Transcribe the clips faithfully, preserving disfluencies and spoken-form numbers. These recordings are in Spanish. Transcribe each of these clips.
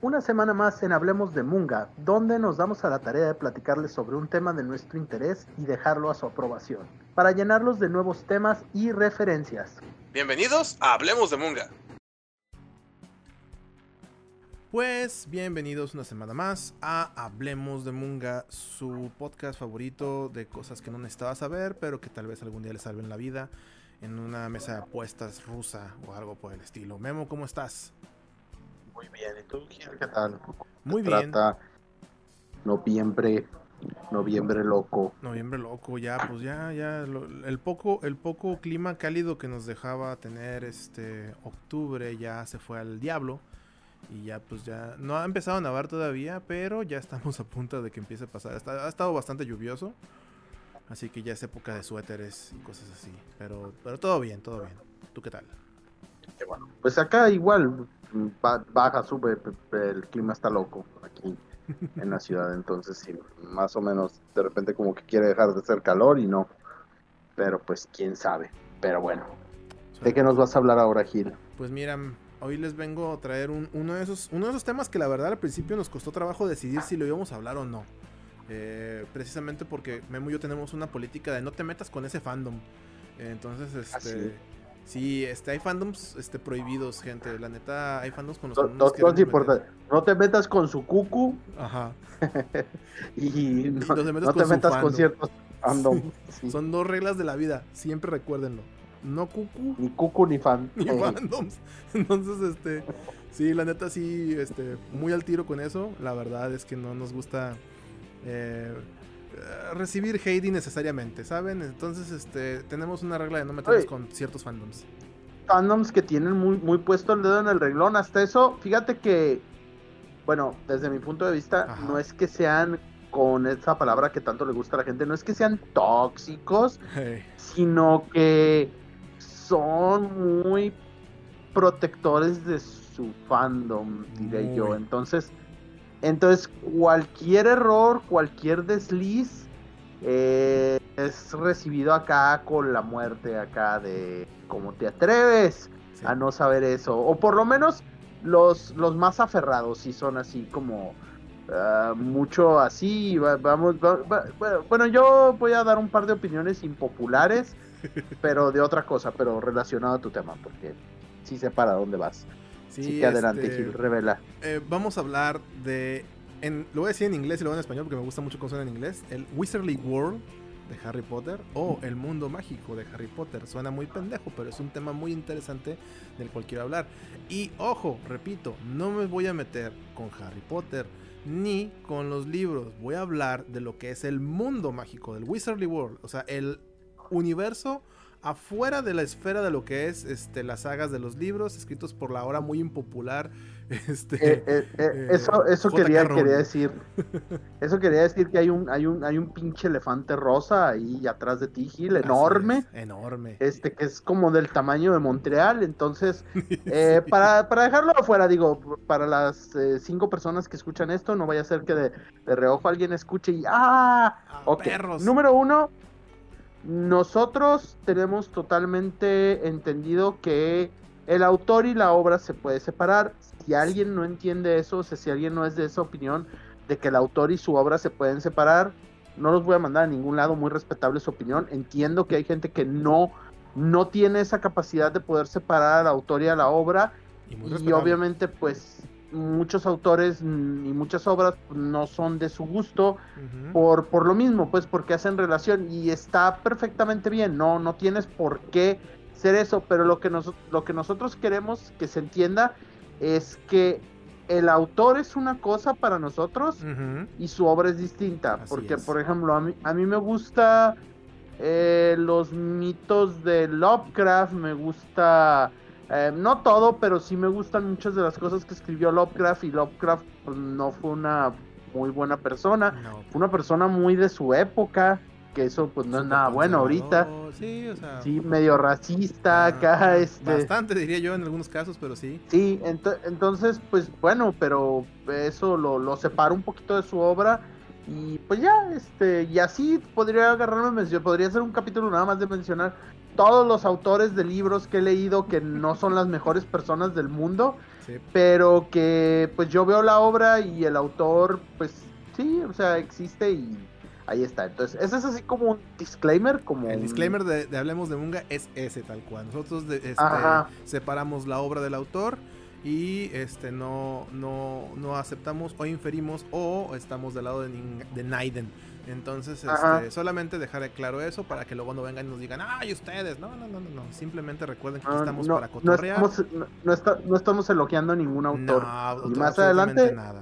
una semana más en Hablemos de Munga, donde nos damos a la tarea de platicarles sobre un tema de nuestro interés y dejarlo a su aprobación, para llenarlos de nuevos temas y referencias. Bienvenidos a Hablemos de Munga. Pues bienvenidos una semana más a Hablemos de Munga, su podcast favorito de cosas que no necesitabas saber, pero que tal vez algún día les salven la vida en una mesa de apuestas rusa o algo por el estilo. Memo, ¿cómo estás? Muy bien, ¿y tú, Gil, qué tal? Muy ¿Qué bien. trata noviembre, noviembre loco? Noviembre loco, ya, pues ya, ya, lo, el poco, el poco clima cálido que nos dejaba tener este octubre ya se fue al diablo. Y ya pues ya, no ha empezado a nevar todavía, pero ya estamos a punto de que empiece a pasar. Está, ha estado bastante lluvioso, así que ya es época de suéteres y cosas así. Pero, pero todo bien, todo bien. ¿Tú qué tal? Qué bueno. Pues acá igual, baja, sube, el clima está loco aquí en la ciudad, entonces sí, más o menos de repente como que quiere dejar de hacer calor y no, pero pues quién sabe. Pero bueno, ¿de qué nos vas a hablar ahora, Gil? Pues mira, hoy les vengo a traer un, uno, de esos, uno de esos temas que la verdad al principio nos costó trabajo decidir si lo íbamos a hablar o no. Eh, precisamente porque Memo y yo tenemos una política de no te metas con ese fandom. Eh, entonces, este... ¿Ah, sí? sí, este, hay fandoms este, prohibidos, gente. La neta, hay fandoms con los Do, que no dos nos cosas queremos importantes. meter. No te metas con su cucu. Ajá. y no, Y no te metas no con te su metas con fandom. ciertos fandom. Sí. Sí. Son dos reglas de la vida, siempre recuérdenlo. No cucu Ni cucu ni fan. ni fandoms. Entonces, este, sí, la neta sí, este, muy al tiro con eso. La verdad es que no nos gusta eh, recibir hate innecesariamente, ¿saben? Entonces, este, tenemos una regla de no meternos Oye, con ciertos fandoms. Fandoms que tienen muy, muy puesto el dedo en el renglón. Hasta eso, fíjate que, bueno, desde mi punto de vista, Ajá. no es que sean, con esa palabra que tanto le gusta a la gente, no es que sean tóxicos, Hey. sino que son muy protectores de su fandom, diré Muy. yo. Entonces, entonces cualquier error, cualquier desliz eh, es recibido acá con la muerte acá de ¿cómo te atreves Sí. a no saber eso? O por lo menos los, los más aferrados sí son así como uh, mucho así. Va, vamos, va, va, bueno, yo voy a dar un par de opiniones impopulares, pero de otra cosa, pero relacionado a tu tema, porque sí sé para dónde vas. Sí, Así que adelante, este, Gil, revela. Eh, vamos a hablar de, en, lo voy a decir en inglés y lo voy a en español porque me gusta mucho cómo suena en inglés, el Wizardly World de Harry Potter o el mundo mágico de Harry Potter. Suena muy pendejo, pero es un tema muy interesante del cual quiero hablar. Y ojo, repito, no me voy a meter con Harry Potter ni con los libros. Voy a hablar de lo que es el mundo mágico del Wizardly World, o sea, el universo afuera de la esfera de lo que es este, las sagas de los libros escritos por la ahora muy impopular este, eh, eh, eh, eso eso quería, quería decir eso quería decir que hay un hay un hay un pinche elefante rosa ahí atrás de ti, Gil, enorme, es, enorme este que es como del tamaño de Montreal. Entonces eh, sí. para, para dejarlo afuera, digo, para las eh, cinco personas que escuchan esto, no vaya a ser que de, de reojo alguien escuche y ¡ah! ah okay. Perros. Número uno, nosotros tenemos totalmente entendido que el autor y la obra se puede separar. Si alguien no entiende eso, o sea, si alguien no es de esa opinión de que el autor y su obra se pueden separar, no los voy a mandar a ningún lado, muy respetable su opinión. Entiendo que hay gente que no, no tiene esa capacidad de poder separar al autor y a la obra, y, y obviamente pues muchos autores y muchas obras no son de su gusto, uh-huh. por, por lo mismo, pues porque hacen relación y está perfectamente bien, no, no tienes por qué ser eso, pero lo que, nos, lo que nosotros queremos que se entienda es que el autor es una cosa para nosotros, uh-huh. y su obra es distinta. Así porque es. Por ejemplo, a mí, a mí me gusta eh, los mitos de Lovecraft, me gusta... Eh, no todo, pero sí me gustan muchas de las cosas que escribió Lovecraft, y Lovecraft pues, no fue una muy buena persona, no. Fue una persona muy de su época, que eso pues no Super es nada bueno ahorita. Sí, o sea, sí, medio racista ah, acá. Este... Bastante diría yo en algunos casos, pero sí. Sí, ent- entonces pues bueno, pero eso lo, lo separa un poquito de su obra. Y pues ya, este, y así podría agarrarme mención, podría ser un capítulo nada más de mencionar todos los autores de libros que he leído que no son las mejores personas del mundo, Sí. pero que pues yo veo la obra y el autor, pues sí, o sea, existe y ahí está. Entonces, ese es así como un disclaimer, como El un... disclaimer de, de Hablemos de Munga es ese tal cual. Nosotros de, este, Ajá. separamos la obra del autor y este no, no, no aceptamos o inferimos o estamos del lado de, de Naiden. Entonces, este, solamente dejar claro eso para que luego no vengan y nos digan, ¡ay, ustedes! No, no, no, no, no. Simplemente recuerden que aquí No, estamos no, para no cotorrear. estamos, no, no está- no estamos elogiando a ningún autor. No, Y más absolutamente adelante, nada.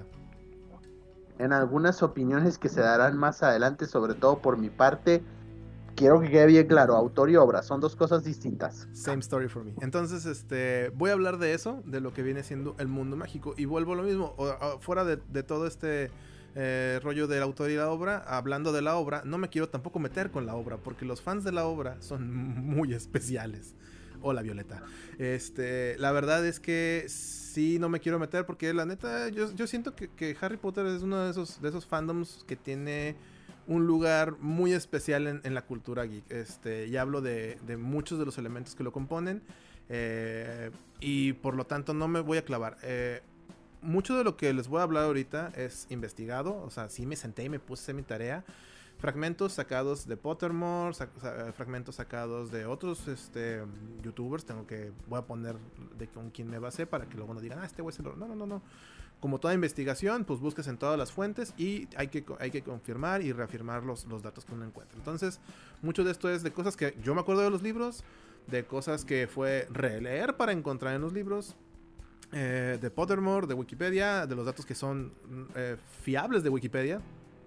en algunas opiniones que se darán más adelante, sobre todo por mi parte, quiero que quede bien claro, autor y obra son dos cosas distintas. Same story for me. Entonces, este, voy a hablar de eso, de lo que viene siendo el mundo mágico. Y vuelvo a lo mismo, o, o, fuera de, de todo este eh, rollo del autor y la obra, hablando de la obra, no me quiero tampoco meter con la obra, porque los fans de la obra son muy especiales. Hola, Violeta. Este, la verdad es que sí no me quiero meter, porque la neta, yo, yo siento que, que Harry Potter es uno de esos, de esos fandoms que tiene un lugar muy especial en, en la cultura geek. Este, ya hablo de, de muchos de los elementos que lo componen. Eh, y por lo tanto no me voy a clavar. Eh, mucho de lo que les voy a hablar ahorita es investigado. O sea, sí me senté y me puse a hacer mi tarea. Fragmentos sacados de Pottermore, sac fragmentos sacados de otros este, youtubers. Tengo que, voy a poner de con quién me basé para que luego no digan, ah, este güey se lo... No, no, no, no. Como toda investigación, pues busques en todas las fuentes y hay que, hay que confirmar y reafirmar los, los datos que uno encuentra. Entonces, mucho de esto es de cosas que yo me acuerdo de los libros, de cosas que fue releer para encontrar en los libros, eh, de Pottermore, de Wikipedia, de los datos que son eh, fiables de Wikipedia.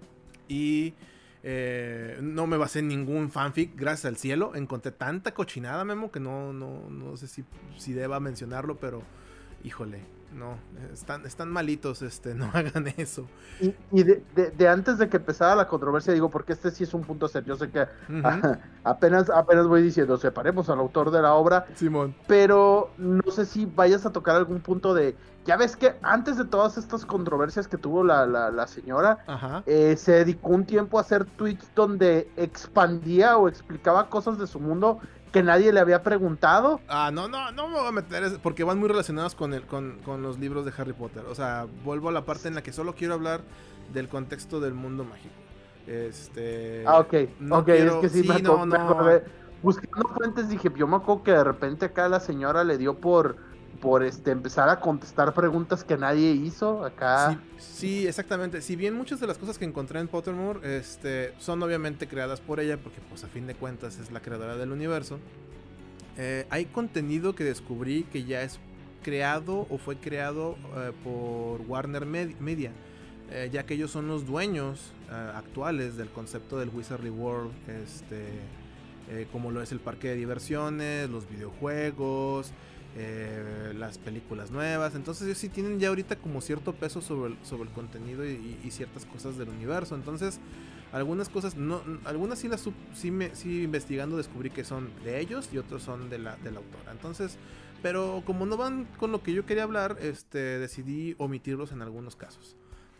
Y eh, no me basé en ningún fanfic, gracias al cielo. Encontré tanta cochinada, Memo, que no, no, no sé si, si deba mencionarlo, pero híjole, no, están, están malitos, este, no hagan eso. Y, y de, de, de antes de que empezara la controversia, digo, porque este sí es un punto serio, yo sé que uh-huh. a, apenas, apenas voy diciendo, separemos al autor de la obra, Simón, pero no sé si vayas a tocar algún punto de, ya ves que antes de todas estas controversias que tuvo la, la, la señora, eh, se dedicó un tiempo a hacer tweets donde expandía o explicaba cosas de su mundo que nadie le había preguntado. Ah, no, no, no me voy a meter, porque van muy relacionados con, el, con, con los libros de Harry Potter. O sea, vuelvo a la parte en la que solo quiero hablar del contexto del mundo mágico. Este... Ah, ok, no ok, quiero... es que sí, sí me, no, me no. acordé. Buscando fuentes dije, yo me acuerdo que de repente acá la señora le dio por, por este, empezar a contestar preguntas que nadie hizo acá. Sí, sí, exactamente. Si bien muchas de las cosas que encontré en Pottermore este, son obviamente creadas por ella, porque pues a fin de cuentas es la creadora del universo, eh, hay contenido que descubrí que ya es creado o fue creado eh, por Warner Media, eh, ya que ellos son los dueños eh, actuales del concepto del Wizardly World, este, eh, como lo es el parque de diversiones, los videojuegos, eh, las películas nuevas. Entonces ellos sí tienen ya ahorita como cierto peso sobre el, sobre el contenido y, y ciertas cosas del universo. Entonces algunas cosas, no, algunas sí las sí, me, sí investigando descubrí que son de ellos y otros son de la, de la autora. Entonces, pero como no van con lo que yo quería hablar, este, decidí omitirlos en algunos casos.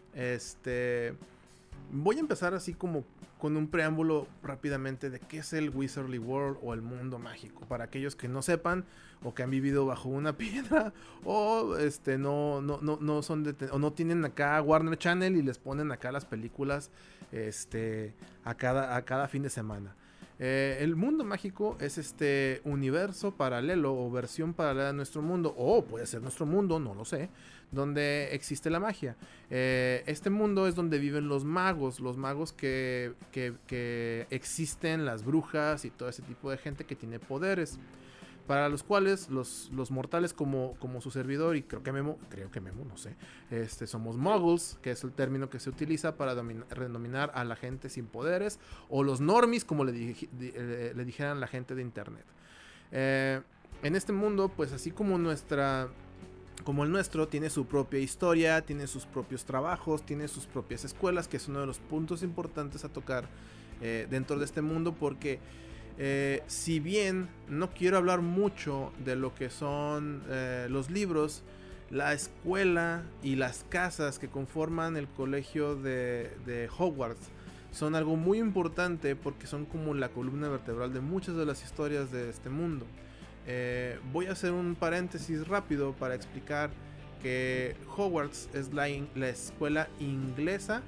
Este, voy a empezar así como con un preámbulo rápidamente de qué es el Wizardly World o el mundo mágico, para aquellos que no sepan o que han vivido bajo una piedra o este no no no no son de, o no tienen acá Warner Channel y les ponen acá las películas este a cada a cada fin de semana. Eh, el mundo mágico es este universo paralelo o versión paralela de nuestro mundo, o puede ser nuestro mundo, no lo sé, donde existe la magia. Eh, este mundo es donde viven los magos, los magos que, que, que existen, las brujas y todo ese tipo de gente que tiene poderes, para los cuales los, los mortales como, como su servidor, y creo que Memo, creo que Memo, no sé, este, somos muggles, que es el término que se utiliza para denominar a la gente sin poderes, o los normies, como le, di, le, le dijeran la gente de internet. Eh, en este mundo, pues así como nuestra... como el nuestro, tiene su propia historia, tiene sus propios trabajos, tiene sus propias escuelas, que es uno de los puntos importantes a tocar eh, dentro de este mundo, porque eh, si bien no quiero hablar mucho de lo que son eh, los libros, la escuela y las casas que conforman el colegio de, de Hogwarts son algo muy importante porque son como la columna vertebral de muchas de las historias de este mundo. Eh, voy a hacer un paréntesis rápido para explicar que Hogwarts es la, la escuela inglesa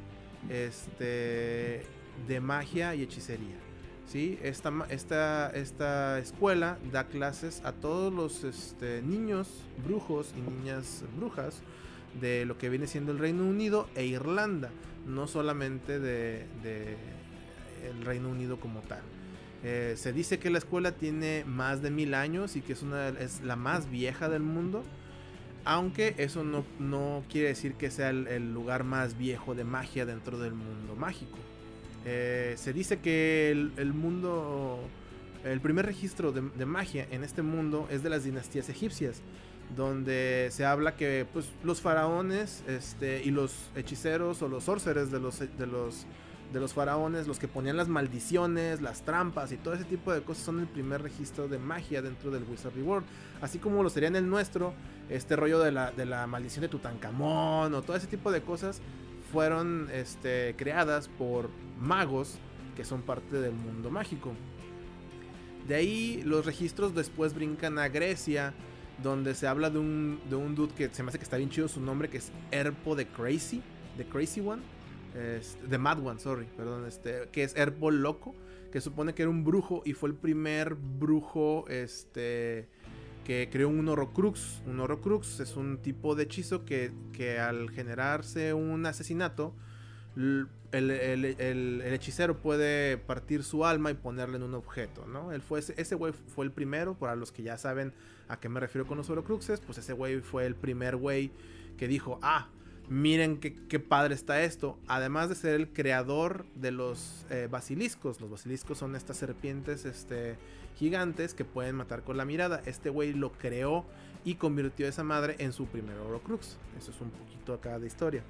este, de magia y hechicería. ¿Sí? Esta, esta, esta escuela da clases a todos los este, niños brujos y niñas brujas de lo que viene siendo el Reino Unido e Irlanda, no solamente de, de el Reino Unido como tal. Eh, se dice que la escuela tiene más de mil años y que es, una, es la más vieja del mundo, aunque eso no, no quiere decir que sea el, el lugar más viejo de magia dentro del mundo mágico. Eh, se dice que el, el mundo, el primer registro de, de magia en este mundo es de las dinastías egipcias, donde se habla que pues, los faraones este, y los hechiceros o los sorcerers de los, de, los, de los faraones, los que ponían las maldiciones, las trampas y todo ese tipo de cosas, son el primer registro de magia dentro del Wizarding World, así como lo sería en el nuestro, este rollo de la, de la maldición de Tutankamón o todo ese tipo de cosas. Fueron este, creadas por magos que son parte del mundo mágico. De ahí los registros después brincan a Grecia, donde se habla de un, de un dude que se me hace que está bien chido su nombre, que es Herpo the Crazy, The Crazy One, este, The Mad One, sorry, perdón, este, que es Herpo Loco, que supone que era un brujo y fue el primer brujo este, que creó un Horrocrux. Un Horrocrux es un tipo de hechizo que, que al generarse un asesinato, el, el, el, el, el hechicero puede partir su alma y ponerla en un objeto, ¿no? Él fue, ese güey fue el primero, para los que ya saben a qué me refiero con los Horrocruxes, pues ese güey fue el primer güey que dijo, ah, miren qué, qué padre está esto. Además de ser el creador de los eh, basiliscos. Los basiliscos son estas serpientes este, gigantes que pueden matar con la mirada. Este güey lo creó y convirtió a esa madre en su primer Horrocrux. Eso es un poquito acá de historia.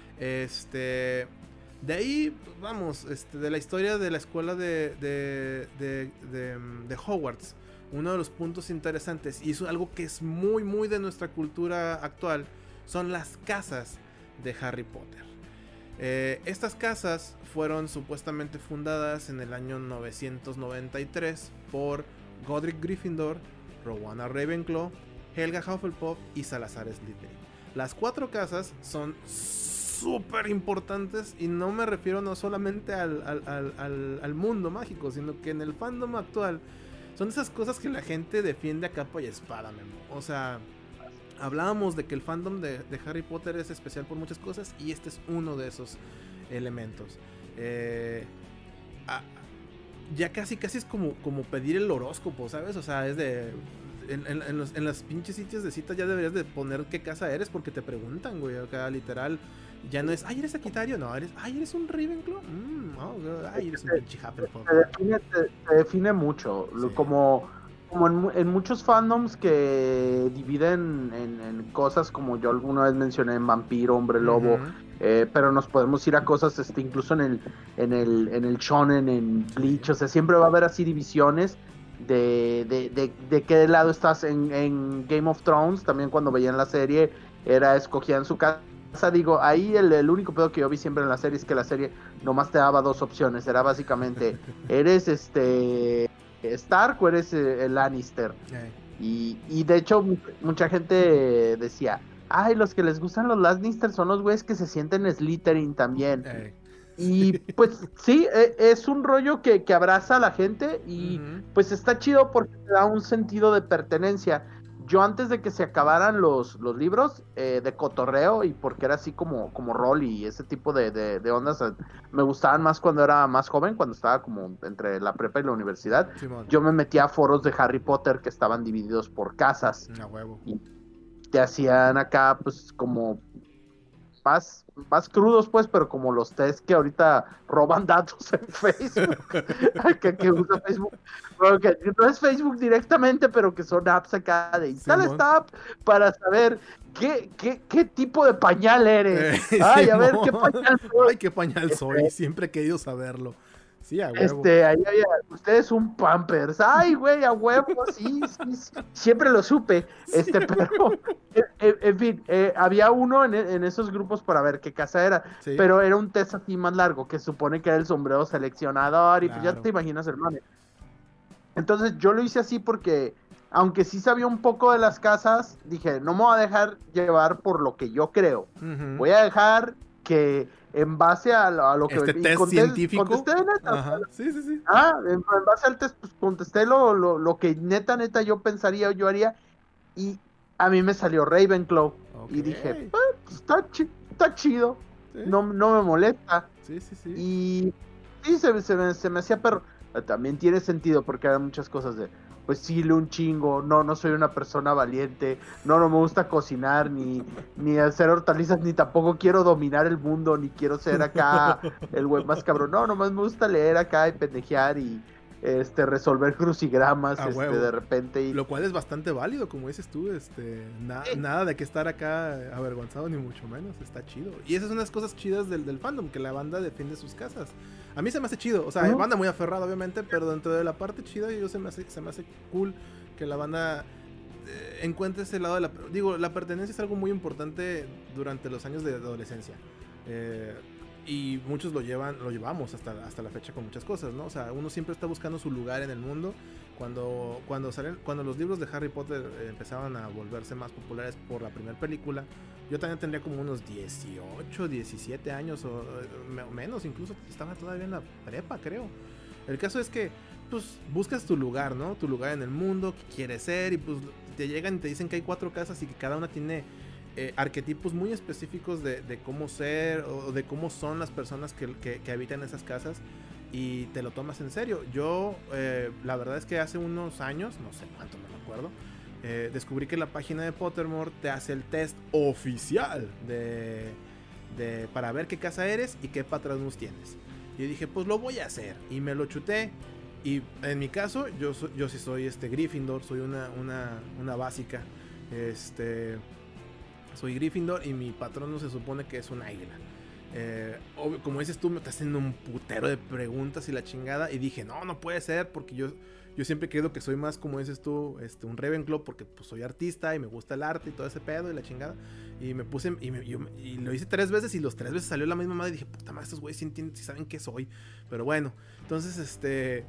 Este, de ahí, vamos, este, de la historia de la escuela de, de, de, de, de Hogwarts. Uno de los puntos interesantes, y es algo que es muy, muy de nuestra cultura actual, son las casas de Harry Potter. Eh, estas casas fueron supuestamente fundadas en el año novecientos noventa y tres por Godric Gryffindor, Rowena Ravenclaw, Helga Hufflepuff y Salazar Slytherin. Las cuatro casas son súper importantes y no me refiero no solamente al, al, al, al, al mundo mágico, sino que en el fandom actual son esas cosas que la gente defiende a capa y espada, Memo. O sea, hablábamos de que el fandom de, de Harry Potter es especial por muchas cosas y este es uno de esos elementos. Eh, a, ya casi casi es como, como pedir el horóscopo, ¿sabes? O sea, es de... En, en, en, los, en las pinches sitios de citas ya deberías de poner qué casa eres porque te preguntan, güey. Acá literal ya no es, ay, eres Sagitario, no, eres, ay, eres un Ravenclaw, mm, oh, ay, eres un pinche Hufflepuff. Te define, te, te define mucho, sí. como, como en, en muchos fandoms que dividen en, en cosas como yo alguna vez mencioné en vampiro, hombre lobo, uh-huh. eh, pero nos podemos ir a cosas este, incluso en el, en el, en el shonen, en Bleach, o sea, siempre va a haber así divisiones. De, de, de, de qué lado estás en, en Game of Thrones, también cuando veían la serie, era escogían su casa, digo, ahí el, el único pedo que yo vi siempre en la serie es que la serie nomás te daba dos opciones, era básicamente, eres este Stark o eres el Lannister, y, y de hecho mucha gente decía, ay, los que les gustan los Lannister son los güeyes que se sienten Slytherin también. Hey. Y pues sí, es un rollo que, que abraza a la gente y uh-huh. pues está chido porque te da un sentido de pertenencia. Yo antes de que se acabaran los, los libros eh, de cotorreo y porque era así como, como rol y ese tipo de, de, de ondas, me gustaban más cuando era más joven, cuando estaba como entre la prepa y la universidad. Sí, yo me metía a foros de Harry Potter que estaban divididos por casas. A huevo. Y te hacían acá pues como... Más, más crudos pues, pero como los test que ahorita roban datos en Facebook, que, que usa Facebook, bueno, que no es Facebook directamente, pero que son apps acá de instala sí, esta app para saber qué, qué, qué tipo de pañal eres. Eh, ay, sí, a ver, ¿qué pañal soy? Ay, qué pañal soy, siempre he querido saberlo. Sí, a huevo. Este, ahí había, ustedes un Pampers, ay, güey, a huevo, sí, sí, sí, siempre lo supe, este, pero, en, en- en fin, eh, había uno en, en esos grupos para ver qué casa era, Sí, pero era un test así más largo, que supone que era el sombrero seleccionador, y pues ya te claro. imaginas el mame. Entonces yo lo hice así porque, aunque sí sabía un poco de las casas, dije, no me voy a dejar llevar por lo que yo creo. Ujú. Voy a dejar que en base a lo, a lo que... Este Y test contesté, científico. contesté neta, o sea, Ajá, sí, sí, sí. ah, en, en base al test, pues contesté lo, lo, lo que neta, neta yo pensaría o yo haría. Y a mí me salió Ravenclaw. Ok. Y dije, "Ah, pues, está, chi- está chido. Sí, No, no me molesta. sí, sí, sí. Y sí, se, se me, se me hacía perro. Eh, También tiene sentido porque hay muchas cosas de, pues sí, le un chingo, no, no soy una persona valiente, no, no me gusta cocinar, ni, ni hacer hortalizas, ni tampoco quiero dominar el mundo, ni quiero ser acá el güey más cabrón. No, nomás me gusta leer acá y pendejear y este resolver crucigramas, A este, huevo. de repente. Y, Lo cual es bastante válido, como dices tú, este, na- Sí. nada de que estar acá avergonzado, ni mucho menos, está chido. Y esas son las cosas chidas del, del fandom, que la banda defiende sus casas. A mí se me hace chido, o sea, hay Ujú. banda muy aferrada, obviamente, pero dentro de la parte chida, yo se me hace, se me hace cool que la banda eh, encuentre ese lado de la... Digo, la pertenencia es algo muy importante durante los años de adolescencia. Eh, y muchos lo llevan, lo llevamos hasta, hasta la fecha con muchas cosas, ¿no? O sea, uno siempre está buscando su lugar en el mundo. Cuando, cuando, salen, cuando los libros de Harry Potter eh, empezaban a volverse más populares por la primera película, yo también tendría como unos dieciocho, diecisiete años o eh, menos, incluso estaba todavía en la prepa, creo. El caso es que, pues, buscas tu lugar, ¿no? Tu lugar en el mundo, qué quieres ser, y pues te llegan y te dicen que hay cuatro casas y que cada una tiene eh, arquetipos muy específicos de, de cómo ser o de cómo son las personas que, que, que habitan esas casas. Y te lo tomas en serio. Yo, eh, la verdad es que hace unos años, no sé cuánto, no me acuerdo, eh, descubrí que la página de Pottermore te hace el test oficial de, de para ver qué casa eres y qué Patronus tienes. Y dije, pues lo voy a hacer. Y me lo chuté. Y en mi caso, yo, so, yo sí soy este Gryffindor, soy una, una, una básica. Este, soy Gryffindor y mi Patronus se supone que es un águila. Eh, obvio, como dices tú, me estás haciendo un putero de preguntas y la chingada. Y dije, no, no puede ser, porque yo, yo siempre he creído que soy más, como dices tú, este, un Ravenclaw, porque pues soy artista y me gusta el arte y todo ese pedo y la chingada. Y me puse, y, me, yo, y lo hice tres veces y los tres veces salió la misma madre. Y dije, puta madre, estos güeyes sí, sí saben qué soy. Pero bueno, entonces, este...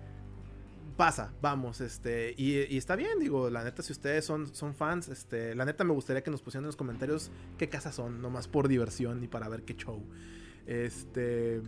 pasa, vamos, este, y, y está bien, digo, la neta, si ustedes son, son fans, este, la neta me gustaría que nos pusieran en los comentarios qué casas son, nomás por diversión y para ver qué show. Este,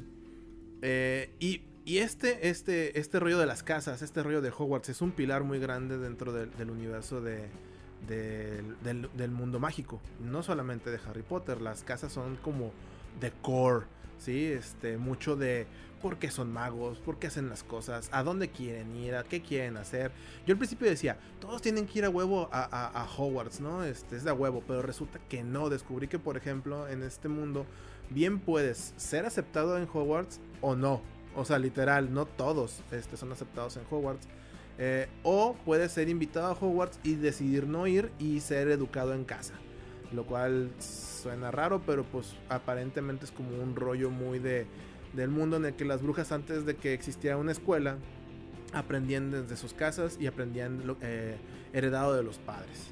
eh, y, y este, este, este rollo de las casas, este rollo de Hogwarts es un pilar muy grande dentro del, del universo de, de, del, del mundo mágico, no solamente de Harry Potter, las casas son como the core, ¿sí? Este, mucho de por qué son magos, por qué hacen las cosas, a dónde quieren ir, a qué quieren hacer. Yo al principio decía, todos tienen que ir a huevo a, a, a Hogwarts, ¿no? Este, es de a huevo, pero resulta que no. Descubrí que, por ejemplo, en este mundo, bien puedes ser aceptado en Hogwarts o no. O sea, literal, no todos este, son aceptados en Hogwarts. Eh, o puedes ser invitado a Hogwarts y decidir no ir y ser educado en casa. Lo cual suena raro, pero pues aparentemente es como un rollo muy de... del mundo en el que las brujas, antes de que existiera una escuela, aprendían desde sus casas y aprendían lo, eh, heredado de los padres.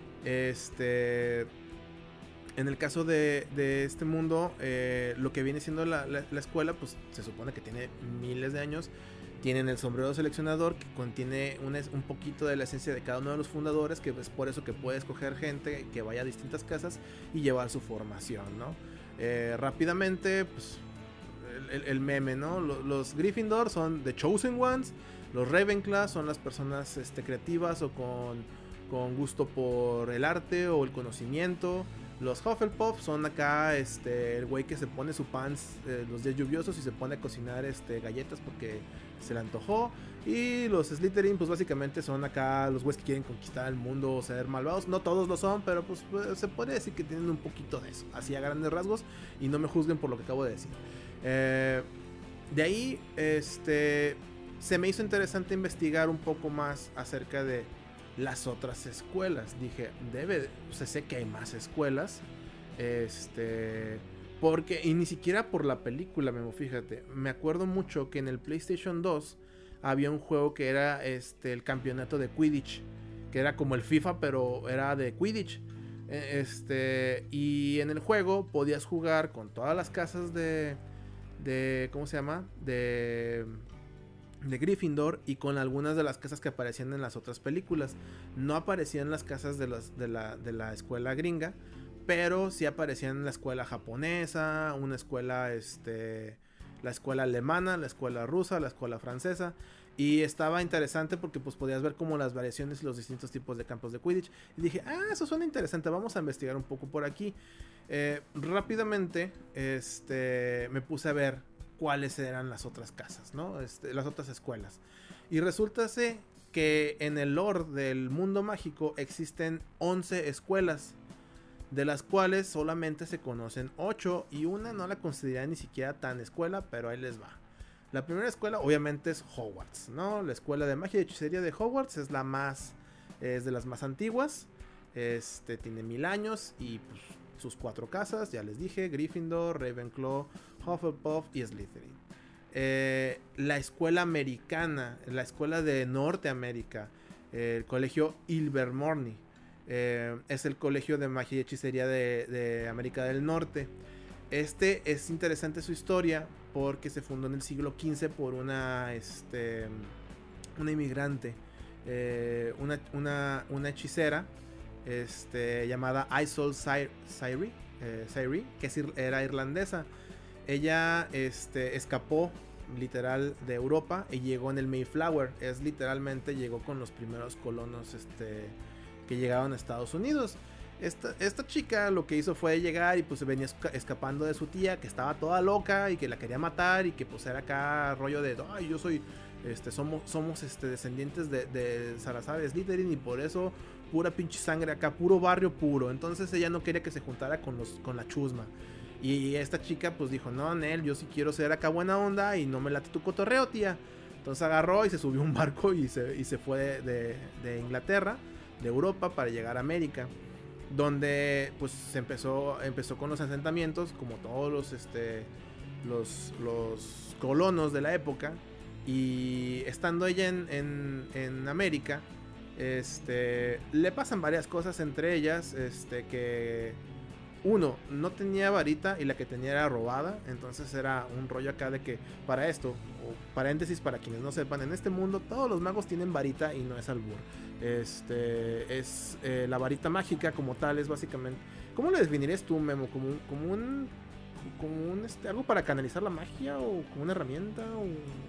Este, en el caso de, de este mundo, eh, lo que viene siendo la, la, la escuela, pues se supone que tiene miles de años. Tienen el sombrero seleccionador, que contiene un, un poquito de la esencia de cada uno de los fundadores, que es por eso que puede escoger gente que vaya a distintas casas y llevar su formación, ¿no? Eh, rápidamente, pues El, el meme, ¿no? Los, los Gryffindor son The Chosen Ones, los Ravenclaw son las personas este, creativas o con, con gusto por el arte o el conocimiento. Los Hufflepuff son acá este, el güey que se pone su pants eh, los días lluviosos y se pone a cocinar este, galletas porque se le antojó. Y los Slytherin pues básicamente son acá los güeyes que quieren conquistar el mundo o ser malvados. No todos lo son, pero pues, pues se puede decir que tienen un poquito de eso, así a grandes rasgos, y no me juzguen por lo que acabo de decir. Eh, de ahí este, se me hizo interesante investigar un poco más acerca de las otras escuelas. Dije, debe, o sea, sé que hay más escuelas, este, Porque, y ni siquiera por la película, Memo, fíjate. Me acuerdo mucho que en el PlayStation dos había un juego que era este el campeonato de Quidditch, que era como el FIFA, pero era de Quidditch. Este, y en el juego podías jugar con todas las casas de, de ¿cómo se llama? De, de Gryffindor y con algunas de las casas que aparecían en las otras películas. No aparecían las casas de, las, de, la, de la escuela gringa, pero sí aparecían en la escuela japonesa, una escuela, este, la escuela alemana, la escuela rusa, la escuela francesa. Y estaba interesante porque pues podías ver como las variaciones y los distintos tipos de campos de Quidditch. Y dije, ah, eso suena interesante, vamos a investigar un poco por aquí. Eh, rápidamente este, me puse a ver cuáles eran las otras casas, ¿no? Este, las otras escuelas. Y resulta que en el lore del mundo mágico existen once escuelas, de las cuales solamente se conocen ocho y una no la considera ni siquiera tan escuela, pero ahí les va. La primera escuela obviamente es Hogwarts, ¿no? La escuela de magia y hechicería de Hogwarts es la más, es de las más antiguas. Este tiene mil años y pues, sus cuatro casas, ya les dije, Gryffindor, Ravenclaw, Hufflepuff y Slytherin. Eh, la escuela americana, la escuela de Norteamérica, eh, el colegio Ilvermorny, eh, es el colegio de magia y hechicería de, de América del Norte. Este es interesante su historia porque se fundó en el siglo quince por una, este, una inmigrante, eh, una, una, una hechicera este, llamada Isol Cyri, eh, Cyri, que es, era irlandesa. Ella este, escapó literal de Europa y llegó en el Mayflower. Es literalmente llegó con los primeros colonos este, que llegaron a Estados Unidos. Esta, esta chica lo que hizo fue llegar y pues se venía escapando de su tía que estaba toda loca y que la quería matar y que pues era acá rollo de ay yo soy este somos somos este descendientes de, de Salazar Slytherin y por eso pura pinche sangre acá, puro barrio puro. Entonces ella no quería que se juntara con los con la chusma. Y esta chica pues dijo, no, Nel, yo sí quiero ser acá buena onda y no me late tu cotorreo, tía. Entonces agarró y se subió a un barco y se, y se fue de, de, de Inglaterra, de Europa, para llegar a América. Donde pues se empezó, empezó con los asentamientos, como todos los, este, los, los colonos de la época. Y estando ella en, en, en América, este, le pasan varias cosas, entre ellas este, que uno, no tenía varita y la que tenía era robada. Entonces era un rollo acá de que para esto, o paréntesis para quienes no sepan, en este mundo todos los magos tienen varita y no es albur. Este es eh, la varita mágica como tal, es básicamente, ¿cómo lo definirías tú, Memo? ¿Como un, como un, como un este, algo para canalizar la magia o como una herramienta? O...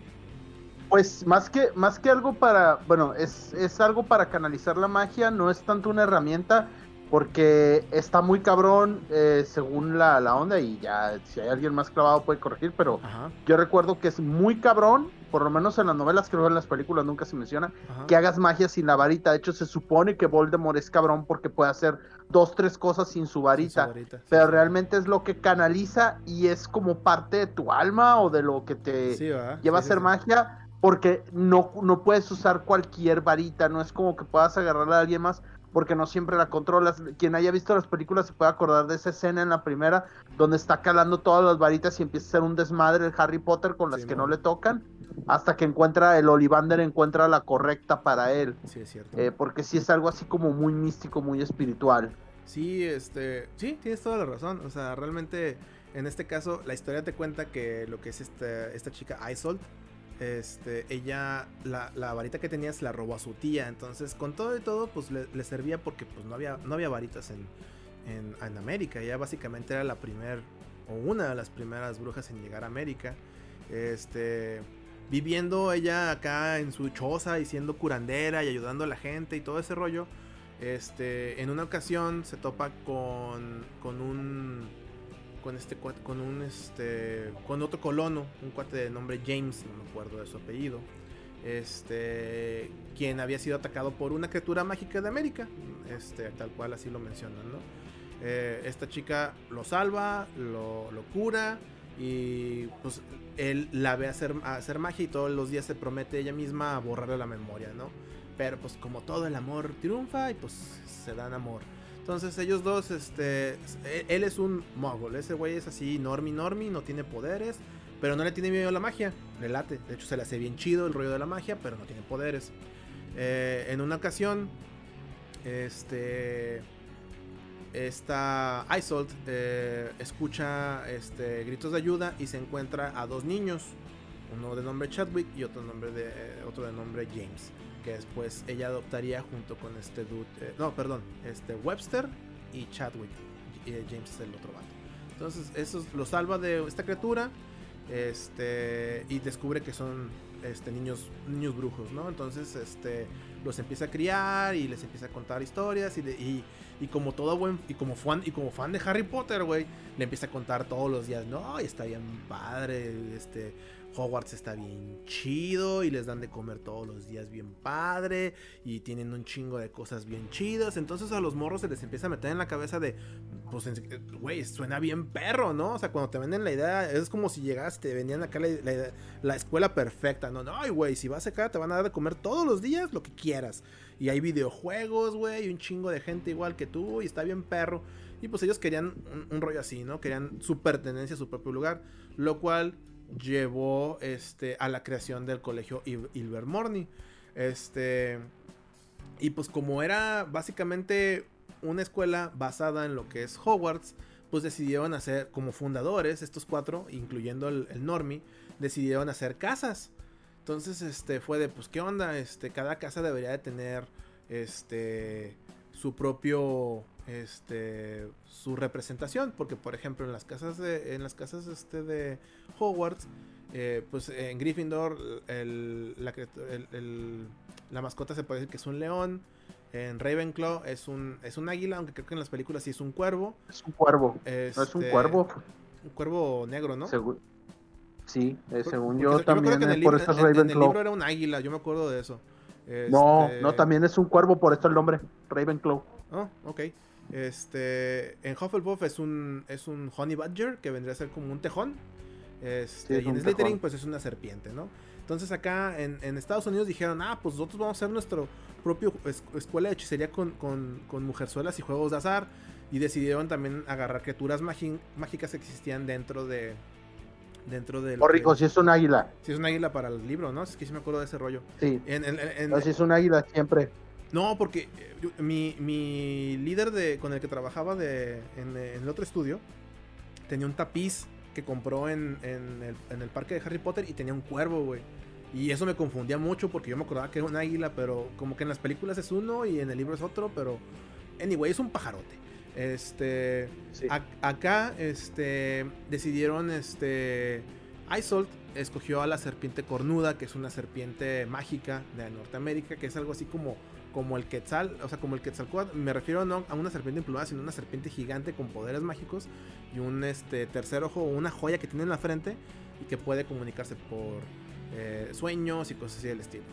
Pues más que, más que algo para, bueno, es, es algo para canalizar la magia, no es tanto una herramienta, porque está muy cabrón eh, según la, la onda, y ya si hay alguien más clavado puede corregir, pero Ajá. yo recuerdo que es muy cabrón, por lo menos en las novelas, creo que en las películas nunca se menciona, Ajá. que hagas magia sin la varita. De hecho se supone que Voldemort es cabrón porque puede hacer dos, tres cosas sin su varita, sin su varita pero sí, realmente sí. es lo que canaliza y es como parte de tu alma o de lo que te sí, lleva sí, a hacer sí, magia. Sí. Porque no, no puedes usar cualquier varita, no es como que puedas agarrarla a alguien más, porque no siempre la controlas. Quien haya visto las películas se puede acordar de esa escena en la primera, donde está calando todas las varitas y empieza a ser un desmadre el Harry Potter con las sí, que no. no le tocan, hasta que encuentra, el Ollivander encuentra la correcta para él. Sí, es cierto. Eh, porque sí es algo así como muy místico, muy espiritual. Sí, este, sí, tienes toda la razón. O sea, realmente, en este caso, la historia te cuenta que lo que es esta, esta chica, Isolde, Este, ella, la, la varita que tenía se la robó a su tía. Entonces, con todo y todo, pues le, le servía porque pues no había, no había varitas en, en, en América. Ella básicamente era la primer, o una de las primeras brujas en llegar a América. Este, viviendo ella acá en su choza y siendo curandera y ayudando a la gente y todo ese rollo. Este, en una ocasión se topa con, con un... con este cuate, con un este con otro colono, un cuate de nombre James, no me acuerdo de su apellido, este quien había sido atacado por una criatura mágica de América, este tal cual así lo mencionan, ¿no? Eh, esta chica lo salva, lo, lo cura y pues él la ve hacer, hacer magia y todos los días se promete ella misma a borrarle la memoria, ¿no? Pero pues como todo el amor triunfa y pues se dan amor. Entonces ellos dos, este, él es un mogul, ese güey es así, normie, normie, no tiene poderes, pero no le tiene miedo a la magia, le late, de hecho se le hace bien chido el rollo de la magia, pero no tiene poderes. Eh, en una ocasión, este, esta Isolde eh, escucha este, gritos de ayuda y se encuentra a dos niños, uno de nombre Chadwick y otro, nombre de, eh, otro de nombre James, que después ella adoptaría junto con este dude, eh, no, perdón, este Webster y Chadwick, y eh, James es el otro vato. Entonces eso lo salva de esta criatura, este, y descubre que son este, niños, niños brujos, ¿no? Entonces este, los empieza a criar y les empieza a contar historias y, de, y, y como todo buen, y como fan, y como fan de Harry Potter, güey, le empieza a contar todos los días, no, está bien padre, este... Hogwarts está bien chido y les dan de comer todos los días bien padre y tienen un chingo de cosas bien chidas. Entonces a los morros se les empieza a meter en la cabeza de, pues, güey, suena bien perro, ¿no? O sea, cuando te venden la idea, es como si llegas, te vendían acá la, la, la escuela perfecta, ¿no? No, güey, si vas acá te van a dar de comer todos los días lo que quieras. Y hay videojuegos, güey, y un chingo de gente igual que tú y está bien perro. Y pues ellos querían un, un rollo así, ¿no? Querían su pertenencia a su propio lugar, lo cual llevó este, a la creación del colegio Ilvermorny. Este, y pues como era básicamente una escuela basada en lo que es Hogwarts, pues decidieron hacer, como fundadores, estos cuatro, incluyendo el, el Normie, decidieron hacer casas. Entonces este, fue de, pues qué onda, este, cada casa debería de tener este, su propio... Este, su representación, porque por ejemplo en las casas de en las casas este de Hogwarts, eh, pues en Gryffindor el, la, el, el, la mascota se puede decir que es un león, en Ravenclaw es un es un águila, aunque creo que en las películas sí es un cuervo. Es un cuervo. Este, no es un cuervo. Un cuervo negro, ¿no? Según, sí, eh, según porque, yo porque también. Yo en, el por libro, eso es en, Ravenclaw. en el libro era un águila, yo me acuerdo de eso. Este... No, no, también es un cuervo, por eso el nombre Ravenclaw. Oh, ok. Este, en Hufflepuff es un es un Honey Badger, que vendría a ser como un tejón. Este, sí, y en Slytherin tejón. Pues es una serpiente, ¿no? Entonces acá en, en Estados Unidos dijeron, ah, pues nosotros vamos a hacer nuestro propio es, escuela de hechicería con, con, con mujerzuelas y juegos de azar. Y decidieron también agarrar criaturas magi mágicas que existían dentro de... Dentro del... Oh, rico, si es un águila. Si es un águila para el libro, ¿no? Es que sí me acuerdo de ese rollo. Sí. En, en, en, no, si es un águila siempre. No, porque mi, mi líder de, con el que trabajaba de, en, en el otro estudio tenía un tapiz que compró en, en, el, en el parque de Harry Potter y tenía un cuervo, güey. Y eso me confundía mucho porque yo me acordaba que era un águila, pero como que en las películas es uno y en el libro es otro, pero anyway, es un pajarote. Este, sí. a, acá este, decidieron, este, Isolde escogió a la serpiente cornuda, que es una serpiente mágica de Norteamérica, que es algo así como como el Quetzal, o sea, como el Quetzalcóatl. Me refiero no a una serpiente emplumada, sino a una serpiente gigante con poderes mágicos y un este, tercer ojo, una joya que tiene en la frente y que puede comunicarse por eh, sueños y cosas así del estilo.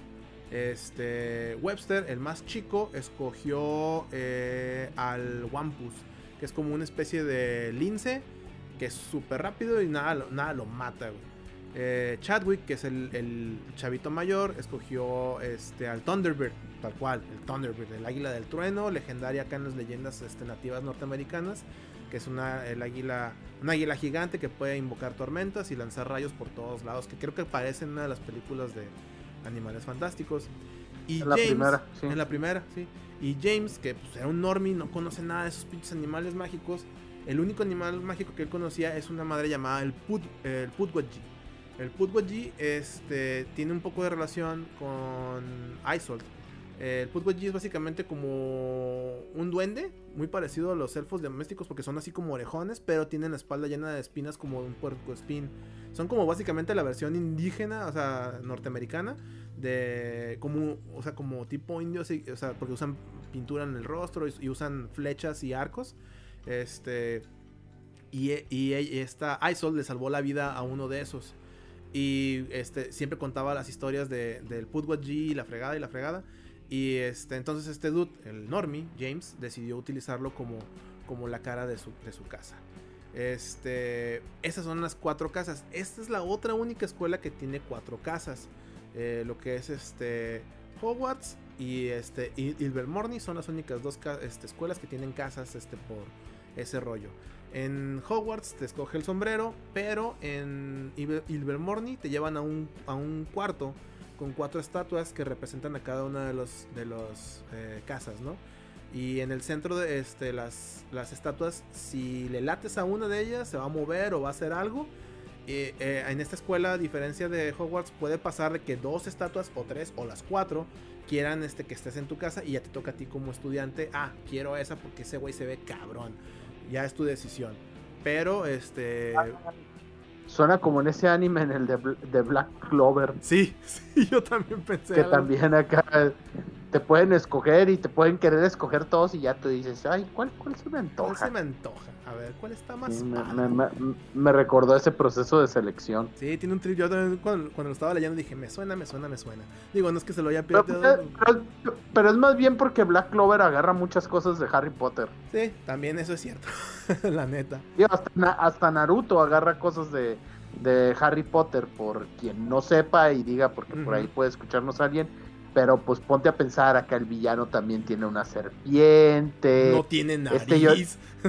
Este, Webster, el más chico, escogió eh, al Wampus, que es como una especie de lince que es súper rápido y nada, nada lo mata, güey. Eh, Chadwick, que es el, el chavito mayor, escogió este, al Thunderbird, tal cual, el Thunderbird, el águila del trueno, legendaria acá en las leyendas este, nativas norteamericanas, que es una, el águila, una águila gigante que puede invocar tormentas y lanzar rayos por todos lados, que creo que aparece en una de las películas de Animales Fantásticos. Y en James, la primera, sí. En la primera, sí. Y James, que pues, era un normie, no conoce nada de esos pinches animales mágicos. El único animal mágico que él conocía es una madre llamada el, Put, el Pukwudgie. El Pukwudgie este, tiene un poco de relación con Isolde. El Pukwudgie es básicamente como un duende, muy parecido a los elfos domésticos porque son así como orejones, pero tienen la espalda llena de espinas como un puercoespín. Son como básicamente la versión indígena, o sea, norteamericana, de como, o sea, como tipo indios, o sea, porque usan pintura en el rostro y, y usan flechas y arcos. Este, y, y, y esta Isolde le salvó la vida a uno de esos. Y este, siempre contaba las historias de, del Pukwudgie y la fregada y la fregada. Y este, entonces este dude, el normie, James, decidió utilizarlo como, como la cara de su, de su casa. Este, esas son las cuatro casas. Esta es la otra única escuela que tiene cuatro casas. Eh, lo que es este Hogwarts y este y Ilvermorny son las únicas dos este, escuelas que tienen casas este, por ese rollo. En Hogwarts te escoge el sombrero, pero en Ilvermorny te llevan a un, a un cuarto con cuatro estatuas que representan a cada una de los de los eh, casas, ¿no? Y en el centro de este, las, las estatuas, si le lates a una de ellas, se va a mover o va a hacer algo. Eh, eh, en esta escuela, a diferencia de Hogwarts, puede pasar de que dos estatuas o tres o las cuatro quieran este, que estés en tu casa y ya te toca a ti como estudiante. Ah, quiero esa porque ese güey se ve cabrón. Ya es tu decisión. Pero este... Suena como en ese anime, en el de, de Black Clover. Sí, sí, yo también pensé. Que algo. También acá te pueden escoger y te pueden querer escoger todos y ya tú dices, ay, ¿cuál, cuál se me antoja? ¿Cuál se me antoja? A ver, ¿cuál está más Sí, me, padre? me, me, me recordó ese proceso de selección. Sí, tiene un trip. Yo también cuando, cuando lo estaba leyendo dije, me suena, me suena, me suena. Digo, no es que se lo haya Pero, pirateado. pero, pero es más bien porque Black Clover agarra muchas cosas de Harry Potter. Sí, también eso es cierto. La neta. Y hasta, hasta Naruto agarra cosas de, de Harry Potter, por quien no sepa y diga, porque uh-huh. por ahí puede escucharnos alguien. Pero pues ponte a pensar, acá el villano también tiene una serpiente. No tiene nariz. Este, yo,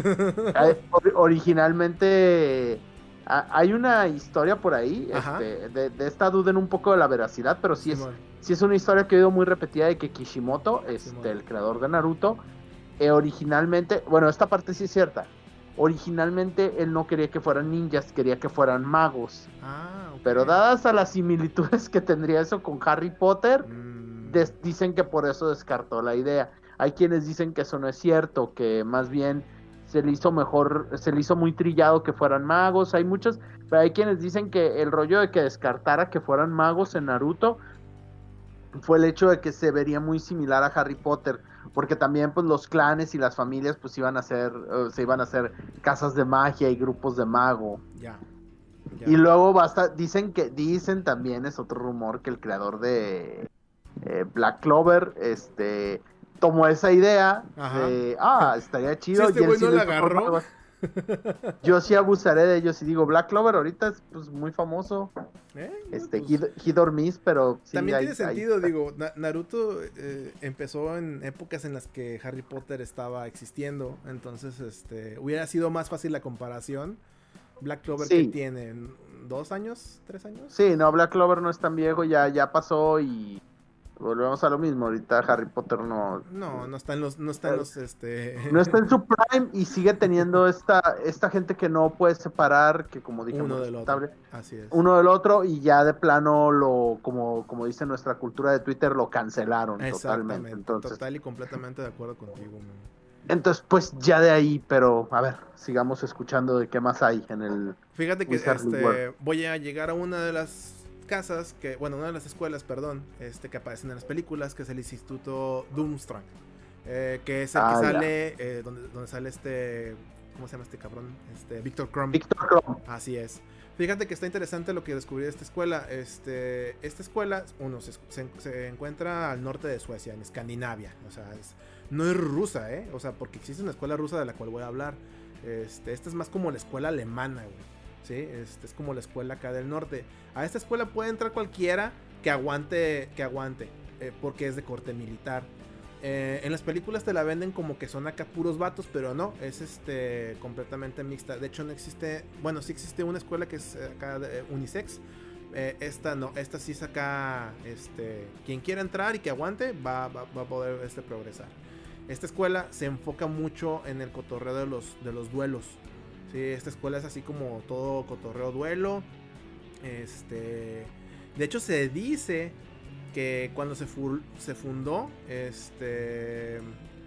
originalmente hay una historia por ahí este, de, de esta duda en un poco de la veracidad, pero sí, sí, es, sí es una historia que he oído muy repetida de que Kishimoto, este, sí, el creador de Naruto, eh, originalmente, bueno, esta parte sí es cierta. Originalmente él no quería que fueran ninjas, quería que fueran magos. Ah, okay. Pero dadas a las similitudes que tendría eso con Harry Potter, mm. des, dicen que por eso descartó la idea. Hay quienes dicen que eso no es cierto, que más bien se le hizo mejor, se le hizo muy trillado que fueran magos. Hay muchos, pero hay quienes dicen que el rollo de que descartara que fueran magos en Naruto fue el hecho de que se vería muy similar a Harry Potter, porque también pues los clanes y las familias pues iban a ser, uh, se iban a hacer casas de magia y grupos de mago. Ya. ya. Y luego basta, dicen que, dicen también, es otro rumor, que el creador de eh, Black Clover, este, tomó esa idea Ajá. de, ah, estaría chido. Si este güey sí no la agarró. Yo sí abusaré de ellos y digo, Black Clover ahorita es pues muy famoso. ¿Eh? Este, Pues, Hit or Miss, pero sí, también hay, tiene sentido, hay... digo, Na- Naruto eh, empezó en épocas en las que Harry Potter estaba existiendo, entonces este hubiera sido más fácil la comparación. Black Clover sí. que tiene dos años, tres años. Sí, no, Black Clover no es tan viejo, ya, ya pasó y volvemos a lo mismo. Ahorita Harry Potter no. No, no está en los, no está en los, este. No está en su prime y sigue teniendo esta, esta gente que no puede separar, que como dije, uno del otro. Así es. Uno del otro y ya de plano lo, como, como dice nuestra cultura de Twitter, lo cancelaron totalmente. Entonces, total y completamente de acuerdo contigo, man. Entonces, pues ya de ahí, pero a ver, sigamos escuchando de qué más hay en el. Fíjate que este, voy a llegar a una de las casas que, bueno, una de las escuelas, perdón, este que aparecen en las películas, que es el Instituto Durmstrang, eh, que es el ah, que sale, eh, donde, donde sale este, ¿cómo se llama este cabrón? Este, Víctor Krum. Víctor Krum. Así es. Fíjate que está interesante lo que descubrí de esta escuela. Este, esta escuela, uno, se, se, se encuentra al norte de Suecia, en Escandinavia. O sea, es, no es rusa, ¿eh? O sea, porque existe una escuela rusa de la cual voy a hablar. Este, esta es más como la escuela alemana, güey. ¿Sí? Este, es como la escuela acá del norte. A esta escuela puede entrar cualquiera que aguante, que aguante, eh, porque es de corte militar. Eh, en las películas te la venden como que son acá puros vatos, pero no, es este completamente mixta. De hecho no existe, bueno, sí existe una escuela que es acá de, unisex. Eh, esta no, esta sí es acá, este, quien quiera entrar y que aguante va, va, va a poder este, progresar. Esta escuela se enfoca mucho en el cotorreo de los, de los duelos. Sí, esta escuela es así como todo cotorreo duelo. Este, de hecho se dice que cuando se, fu- se fundó, este,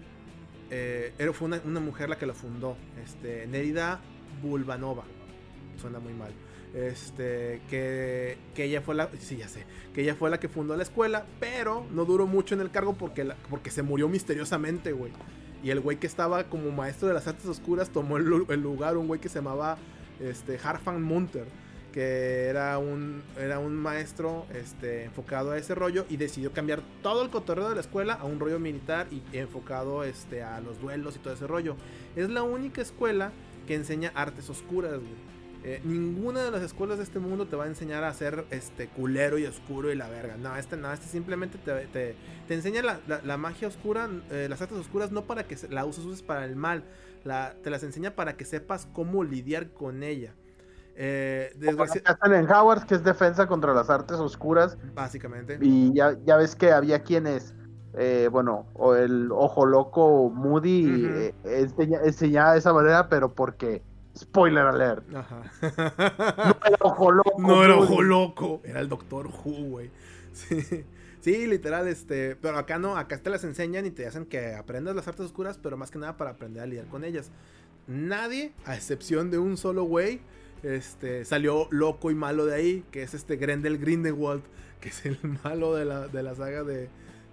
eh, era, fue una, una mujer la que la fundó, este, Nerida Bulbanova, suena muy mal, este, que, que ella fue la, sí ya sé, que ella fue la que fundó la escuela, pero no duró mucho en el cargo porque, la, porque se murió misteriosamente, güey, y el güey que estaba como maestro de las artes oscuras tomó el, el lugar, un güey que se llamaba, este, Harfang Munter, que era un, era un maestro este, enfocado a ese rollo y decidió cambiar todo el cotorreo de la escuela a un rollo militar y enfocado este, a los duelos y todo ese rollo. Es la única escuela que enseña artes oscuras, güey. Eh, ninguna de las escuelas de este mundo te va a enseñar a ser este culero y oscuro y la verga. No, este no, este simplemente te, te, te enseña la, la, la magia oscura, eh, las artes oscuras, no para que la uses, uses para el mal. La, te las enseña para que sepas cómo lidiar con ella. Eh, desgraci... Hacen en Howard, que es defensa contra las artes oscuras. Básicamente. Y ya, ya ves que había quienes, eh, bueno, o el ojo loco Moody uh-huh. eh, enseña, enseñaba de esa manera, pero porque... Spoiler alert. Ajá. No era ojo loco. No era ojo loco. Era el Doctor Who, güey. Sí. Sí, literal, este. Pero acá no, acá te las enseñan y te hacen que aprendas las artes oscuras, pero más que nada para aprender a lidiar con ellas. Nadie, a excepción de un solo güey, este, salió loco y malo de ahí, que es este Grendel Grindelwald, que es el malo de la, de la saga de,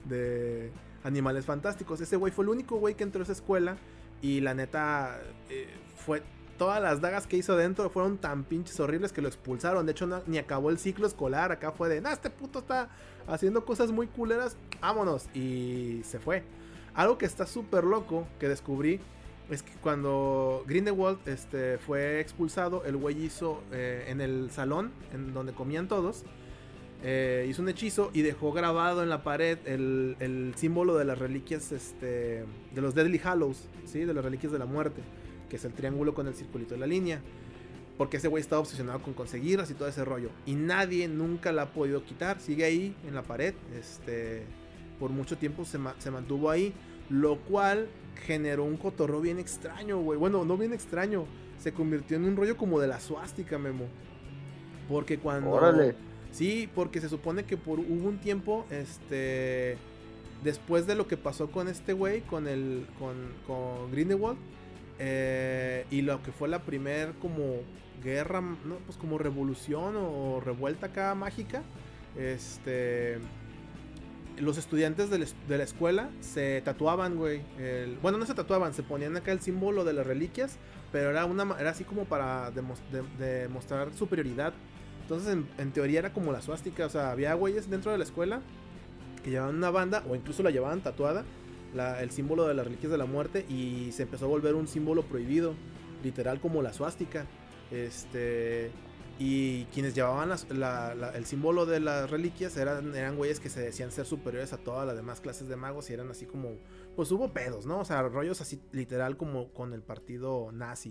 de Animales Fantásticos. Ese güey fue el único güey que entró a esa escuela y la neta eh, fue... Todas las dagas que hizo dentro fueron tan pinches horribles que lo expulsaron. De hecho, no, ni acabó el ciclo escolar. Acá fue de, nah, este puto está haciendo cosas muy culeras. Vámonos. Y se fue. Algo que está súper loco que descubrí es que cuando Grindelwald este, fue expulsado, el güey hizo eh, en el salón, en donde comían todos, eh, hizo un hechizo y dejó grabado en la pared el, el símbolo de las reliquias, este, de los Deadly Hallows, ¿sí? De las reliquias de la muerte, que es el triángulo con el circulito de la línea, porque ese güey estaba obsesionado con conseguirlas y todo ese rollo, y nadie nunca la ha podido quitar, sigue ahí en la pared, este, por mucho tiempo se, ma se mantuvo ahí, lo cual generó un cotorreo bien extraño, güey, bueno, no bien extraño, se convirtió en un rollo como de la suástica, Memo, porque cuando... Órale. Sí, porque se supone que por hubo un tiempo, este, después de lo que pasó con este güey, con el, con, con Grindelwald, Eh, y lo que fue la primer como guerra, ¿no? Pues como revolución o revuelta acá mágica, este, los estudiantes de, de la escuela se tatuaban, güey, el, bueno, no se tatuaban, se ponían acá el símbolo de las reliquias, pero era una era así como para demostrar de, de superioridad. Entonces en, en teoría era como la suástica, o sea, había güeyes dentro de la escuela que llevaban una banda o incluso la llevaban tatuada, La, el símbolo de las reliquias de la muerte, y se empezó a volver un símbolo prohibido, literal como la suástica, este, y quienes llevaban las, la, la, el símbolo de las reliquias eran, eran güeyes que se decían ser superiores a todas las demás clases de magos, y eran así como, pues hubo pedos, ¿no? O sea, rollos así literal como con el partido nazi,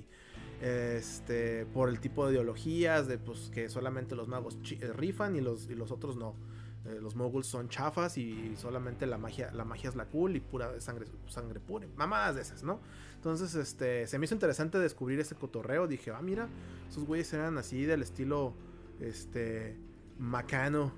este, por el tipo de ideologías de pues que solamente los magos rifan y los, y los otros no. Eh, los moguls son chafas y solamente la magia, la magia es la cool y pura sangre, sangre pura, mamadas de esas, ¿no? Entonces, este, se me hizo interesante descubrir ese cotorreo. Dije, ah, mira, esos güeyes eran así del estilo, este, macano.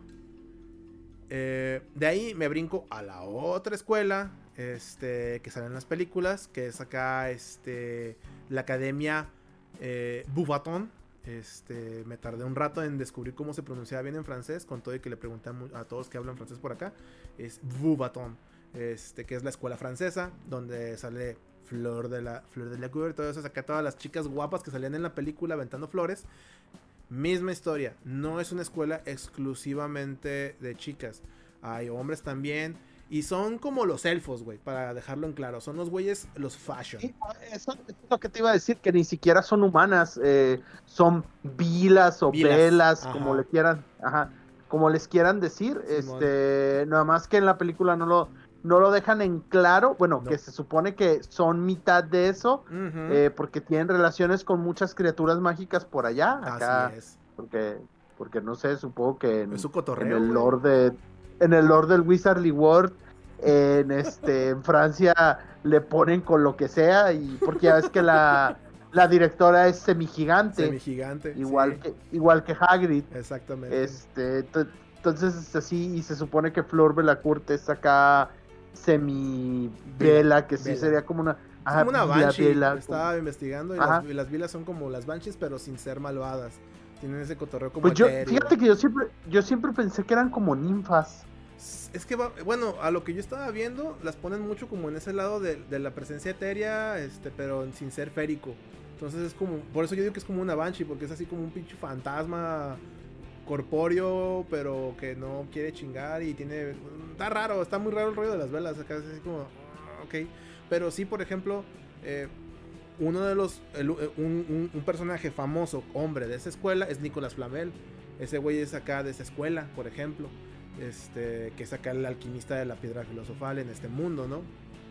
Eh, de ahí me brinco a la otra escuela, este, que sale en las películas, que es acá, este, la Academia eh, Beauxbatons. Este, me tardé un rato en descubrir cómo se pronunciaba bien en francés, con todo y que le pregunté a todos que hablan francés por acá. Es Beauxbatons, este, que es la escuela francesa, donde sale Fleur de la Fleur de la Cour, todo eso, acá todas las chicas guapas que salían en la película aventando flores. Misma historia, no es una escuela exclusivamente de chicas, hay hombres también. Y son como los elfos, güey, para dejarlo en claro. Son los güeyes, los fashion. Sí, eso es lo que te iba a decir, que ni siquiera son humanas. Eh, son vilas o Vilas. velas, Ajá. como le quieran, ajá, como les quieran decir. Sí, este, nada más que en la película no lo, no lo dejan en claro. Bueno, No. que se supone que son mitad de eso, Uh-huh. eh, porque tienen relaciones con muchas criaturas mágicas por allá. Acá, Así es. Porque, porque no sé, supongo que en, Es su en cotorreo, el güey. lore de, en el lore del Wizardly World, en este, en Francia le ponen con lo que sea, y porque ya ves que la, la directora es semigigante, Semigigante. igual Sí. que, igual que Hagrid. Exactamente. Este, t- entonces es así, y se supone que Fleur Delacour es acá semi vela, que sí Vela. sería como una, Es como una vila, banshee. vela, Estaba investigando y Ajá. las, y las vilas son como las banshees, pero sin ser malvadas. Tienen ese cotorreo como Pues yo, etéreo. fíjate que yo siempre, yo siempre pensé que eran como ninfas. Es que va, bueno, a lo que yo estaba viendo, las ponen mucho como en ese lado de, de la presencia etérea, este, pero sin ser férico. Entonces es como, por eso yo digo que es como una banshee, porque es así como un pinche fantasma corpóreo, pero que no quiere chingar y tiene, está raro, está muy raro el rollo de las velas, acá es así como, ok, pero sí, por ejemplo, eh, uno de los, el, un, un, un personaje famoso, hombre de esa escuela, es Nicolas Flamel. Ese güey es acá de esa escuela, por ejemplo. Este, que es acá el alquimista de la piedra filosofal en este mundo, ¿no?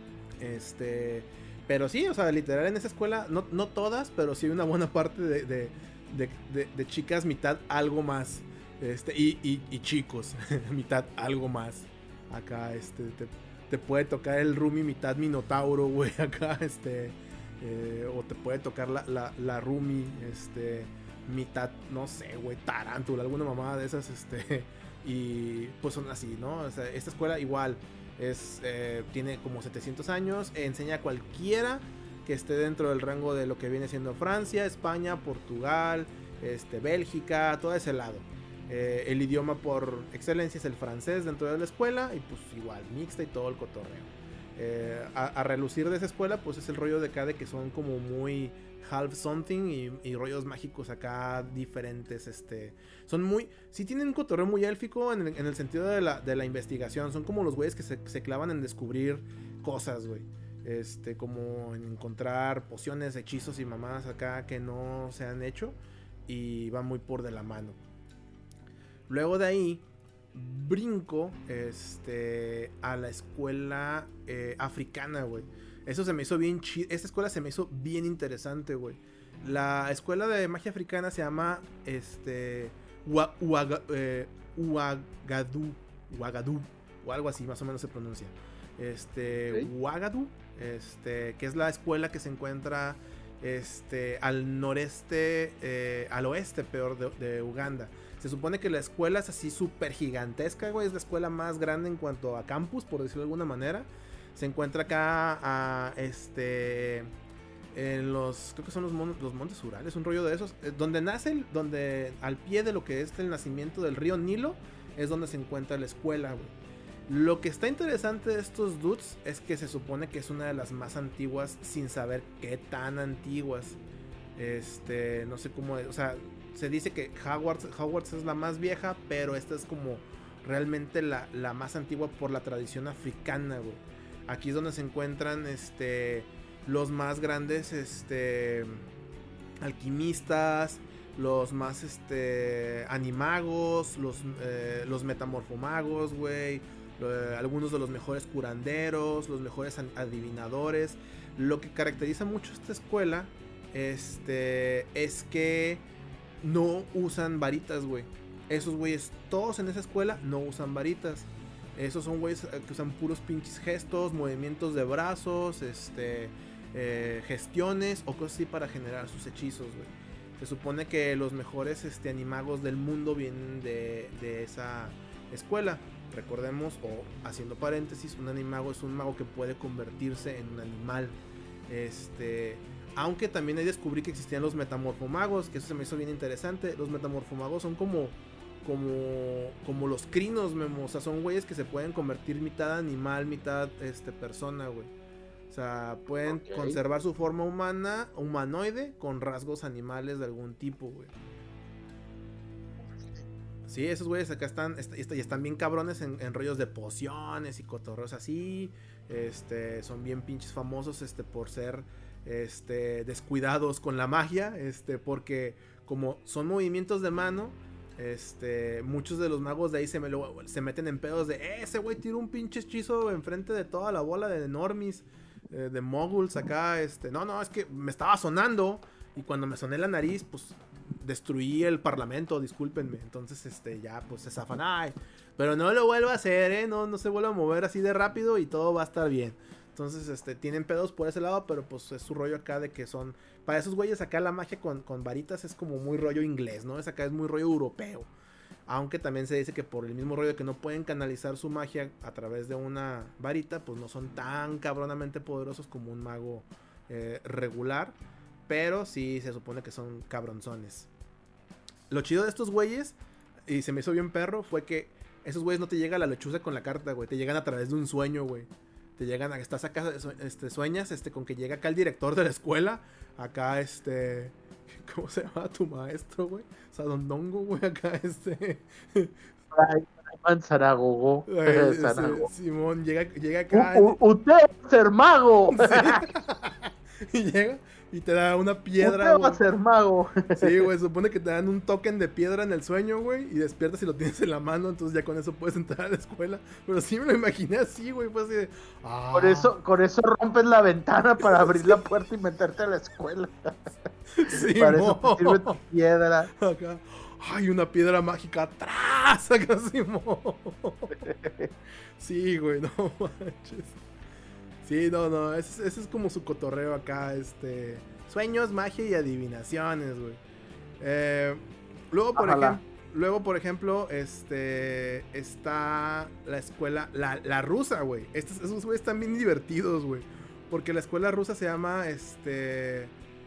Este, pero sí, o sea, literal en esa escuela, no, no todas, pero sí una buena parte de, de, de, de, de chicas, mitad algo más. Este, y, y, y chicos, mitad algo más. Acá, este, te, te puede tocar el roomie mitad minotauro, güey, acá, este, eh, o te puede tocar la, la, la roomie, este, mitad, no sé, güey, tarántula, alguna mamada de esas, este, y pues son así, ¿no? O sea, esta escuela igual es, eh, tiene como setecientos años, enseña a cualquiera que esté dentro del rango de lo que viene siendo Francia, España, Portugal, este, Bélgica, todo ese lado. Eh, el idioma por excelencia es el francés dentro de la escuela y pues igual, mixta y todo el cotorreo. Eh, a, a relucir de esa escuela pues es el rollo de acá de que son como muy half something y, y rollos mágicos acá diferentes, este, son muy, sí tienen un cotorreo muy élfico en el, en el sentido de la, de la investigación, son como los güeyes que se, se clavan en descubrir cosas, güey. Este, como en encontrar pociones, hechizos y mamadas acá que no se han hecho y van muy por de la mano. Luego de ahí brinco este, a la escuela eh, africana, güey. Eso se me hizo bien chido. Esta escuela se me hizo bien interesante, güey. La escuela de magia africana se llama este, Ua, Uaga, eh, Uagadou, Uagadou, o algo así, más o menos se pronuncia. Este, okay. Uagadou, este, que es la escuela que se encuentra este, al noreste, eh, al oeste, peor, de, de Uganda. Se supone que la escuela es así súper gigantesca, güey. Es la escuela más grande en cuanto a campus, por decirlo de alguna manera. Se encuentra acá a, este, en los, creo que son los, mon los montes Urales, un rollo de esos. Eh, donde nace, el, donde al pie de lo que es el nacimiento del río Nilo, es donde se encuentra la escuela, güey. Lo que está interesante de estos dudes es que se supone que es una de las más antiguas, sin saber qué tan antiguas. Este, no sé cómo, o sea, se dice que Hogwarts, Hogwarts es la más vieja, pero esta es como realmente la, la más antigua por la tradición africana, güey. Aquí es donde se encuentran este, los más grandes este, alquimistas, los más este, animagos, los, eh, los metamorfomagos, güey. Eh, algunos de los mejores curanderos, los mejores adivinadores. Lo que caracteriza mucho esta escuela este, es que no usan varitas, güey. Esos güeyes, todos en esa escuela no usan varitas. Esos son güeyes que usan puros pinches gestos, movimientos de brazos, este, eh, gestiones o cosas así para generar sus hechizos, güey. Se supone que los mejores este, animagos del mundo vienen de, de esa escuela. Recordemos, o haciendo paréntesis, un animago es un mago que puede convertirse en un animal. Este... Aunque también ahí descubrí que existían los metamorfomagos, que eso se me hizo bien interesante. Los metamorfomagos son como como como los crinos, memo. O sea, son güeyes que se pueden convertir mitad animal, mitad este, persona, güey. O sea, pueden okay. conservar su forma humana, humanoide, con rasgos animales de algún tipo, güey. Sí, esos güeyes acá están, est est y están bien cabrones en, en rollos de pociones y cotorreos así. Este, son bien pinches famosos este, por ser... Este, descuidados con la magia, este, porque como son movimientos de mano, este, muchos de los magos de ahí se, me lo, se meten en pedos de eh, ese güey tiró un pinche hechizo enfrente de toda la bola de normies, eh, de moguls acá, este, no, no, es que me estaba sonando y cuando me soné la nariz, pues destruí el parlamento, discúlpenme, entonces, este, ya, pues se zafan, ay, pero no lo vuelvo a hacer, eh, no, no se vuelve a mover así de rápido y todo va a estar bien. Entonces, este, tienen pedos por ese lado, pero pues es su rollo acá de que son... Para esos güeyes acá la magia con, con varitas es como muy rollo inglés, ¿no? Es acá es muy rollo europeo. Aunque también se dice que por el mismo rollo que no pueden canalizar su magia a través de una varita, pues no son tan cabronamente poderosos como un mago eh, regular. Pero sí se supone que son cabronzones. Lo chido de estos güeyes, y se me hizo bien perro, fue que esos güeyes no te llega la lechuza con la carta, güey. Te llegan a través de un sueño, güey. Te llegan, a, estás acá, este, sueñas este, con que llega acá el director de la escuela. Acá, este... ¿Cómo se llama tu maestro, güey? Sadondongo, güey, acá, este... Ay, Zaragogo. Este, Simón, llega, llega acá... U, u, ¡Usted es ser mago! Sí. Y llega, y te da una piedra, ¿Qué va güey. a ser mago? Sí, güey, supone que te dan un token de piedra en el sueño, güey, y despiertas y lo tienes en la mano, entonces ya con eso puedes entrar a la escuela. Pero sí me lo imaginé así, güey, fue así de... Ah. Por eso, con eso rompes la ventana para abrir la puerta y meterte a la escuela. Sí, Para eso mo. te sirve tu piedra. Acá. Ay, una piedra mágica atrás, acá sí, mo. Sí, güey, no manches. Sí, no, no, ese, ese es como su cotorreo acá, este... Sueños, magia y adivinaciones, güey. Eh, luego, por ejemplo, luego, por ejemplo, este... Está la escuela, la, la rusa, güey. Estos, esos güeyes están bien divertidos, güey. Porque la escuela rusa se llama, este...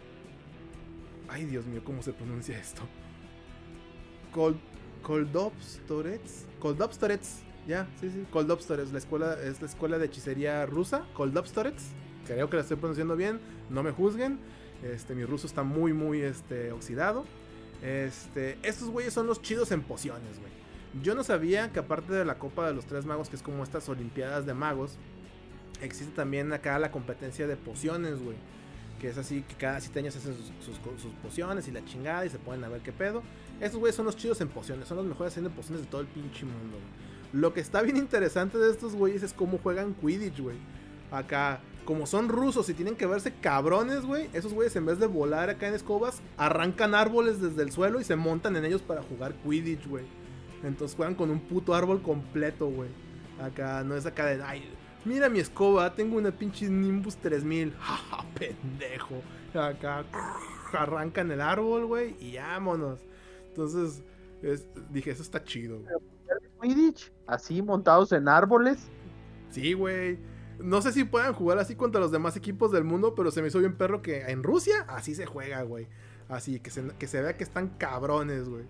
Ay, Dios mío, ¿cómo se pronuncia esto? Kol... Koldovstorets. Koldovstorets. Ya, sí, sí. Koldovstorets. La escuela es la escuela de hechicería rusa. Koldovstorets. Creo que la estoy pronunciando bien. No me juzguen. Este, mi ruso está muy, muy este, oxidado. Este, estos güeyes son los chidos en pociones, güey. Yo no sabía que aparte de la Copa de los Tres Magos, que es como estas Olimpiadas de Magos, existe también acá la competencia de pociones, güey. Que es así, que cada siete años hacen sus, sus, sus pociones y la chingada y se ponen a ver qué pedo. Estos güeyes son los chidos en pociones, son los mejores haciendo pociones de todo el pinche mundo, güey. Lo que está bien interesante de estos güeyes es cómo juegan Quidditch, güey. Acá, como son rusos y tienen que verse cabrones, güey, esos güeyes en vez de volar acá en escobas, arrancan árboles desde el suelo y se montan en ellos para jugar Quidditch, güey. Entonces juegan con un puto árbol completo, güey. Acá, no es acá de, ay, mira mi escoba, tengo una pinche Nimbus tres mil. Jaja, pendejo. Acá, arrancan el árbol, güey, y vámonos. Entonces, es, dije, eso está chido, güey. Quidditch, así montados en árboles. Sí, güey. No sé si puedan jugar así contra los demás equipos del mundo, pero se me hizo bien perro que en Rusia así se juega, güey. Así, que se, que se vea que están cabrones, güey.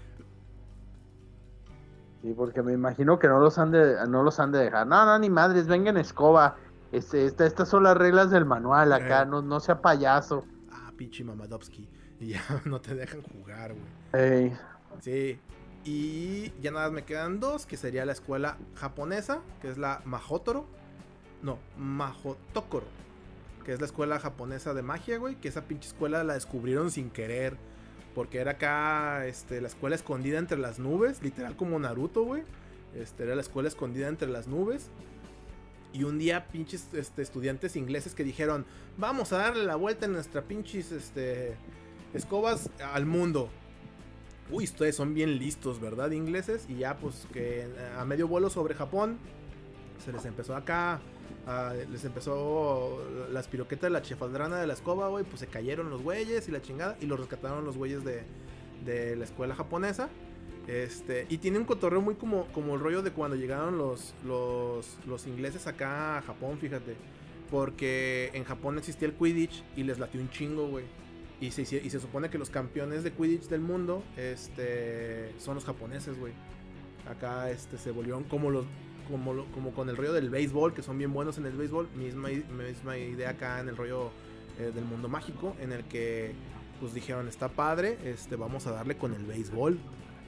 Sí, porque me imagino que no los han de, no los han de dejar. No, no, ni madres, vengan escoba. Este, esta, estas son las reglas del manual acá, Eh. no, no sea payaso. Ah, pinche Mamadovsky. Y ya no te dejan jugar, güey. Ey. Sí. Y ya nada más me quedan dos, que sería la escuela japonesa, que es la Mahotoro. No, Mahotokoro, que es la escuela japonesa de magia, güey. Que esa pinche escuela la descubrieron sin querer, porque era acá, este, la escuela escondida entre las nubes, literal como Naruto, güey. Este, era la escuela escondida entre las nubes. Y un día pinches este, estudiantes ingleses que dijeron, vamos a darle la vuelta en nuestra pinches este, escobas al mundo. Uy, ustedes son bien listos, ¿verdad, ingleses? Y ya pues que a medio vuelo sobre Japón se les empezó acá, a, les empezó las piroquetas de la chefaldrana de la escoba, güey, pues se cayeron los güeyes y la chingada, y los rescataron los güeyes de, de la escuela japonesa. Este, y tiene un cotorreo muy como, como el rollo de cuando llegaron los, los, los ingleses acá a Japón, fíjate. Porque en Japón existía el Quidditch y les latió un chingo, güey. Y se, y se supone que los campeones de Quidditch del mundo este, son los japoneses, güey. Acá este, se volvieron como los como, lo, como con el rollo del béisbol, que son bien buenos en el béisbol. Misma, misma idea acá en el rollo eh, del mundo mágico, en el que pues dijeron, está padre, este, vamos a darle con el béisbol.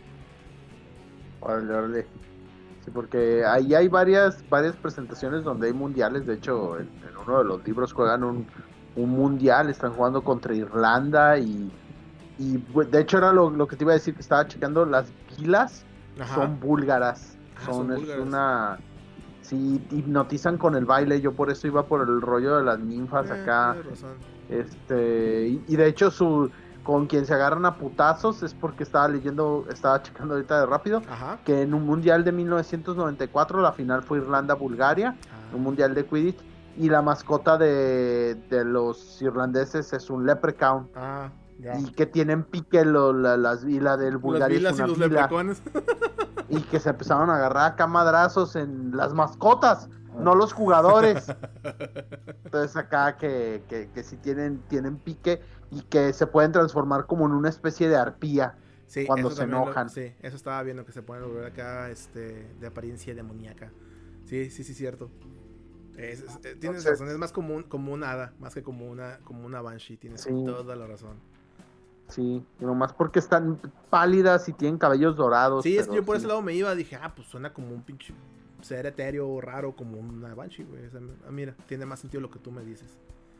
Órale, órale. Sí, porque ahí hay varias, varias presentaciones donde hay mundiales. De hecho, en, en uno de los libros juegan un, un mundial, están jugando contra Irlanda y, y de hecho era lo, lo que te iba a decir, que estaba checando, las pilas son búlgaras. Ah, son, son es búlgaras. Una... Sí, hipnotizan con el baile. Yo por eso iba por el rollo de las ninfas eh, acá. Tienes razón. Este, y, y de hecho su con quien se agarran a putazos es porque estaba leyendo, estaba checando ahorita de rápido, Ajá. que en un mundial de mil novecientos noventa y cuatro la final fue Irlanda-Bulgaria, Ah. un mundial de Quidditch, y la mascota de, de los irlandeses es un leprechaun, Ah, ya. y que tienen pique lo, la, las y la del Bulgaria Las es vilas y una los vila, leprecones. y que se empezaron a agarrar acá madrazos en las mascotas, no los jugadores. Entonces acá que, que, que sí tienen, tienen pique y que se pueden transformar como en una especie de arpía Sí, cuando eso se también lo- enojan. sí, eso estaba viendo que se pueden volver acá este, de apariencia demoníaca. Sí, sí, sí, cierto. Es, es- eh, tienes Entonces- razón, es más como un, como un hada, más que como una, como una banshee. Tienes Sí. toda la razón. Sí, y nomás porque están pálidas y tienen cabellos dorados. Sí, es que pero yo por sí. ese lado me iba, dije, ah, pues suena como un pinche ser etéreo raro, como una banshee, güey. O sea, ah, mira, tiene más sentido lo que tú me dices.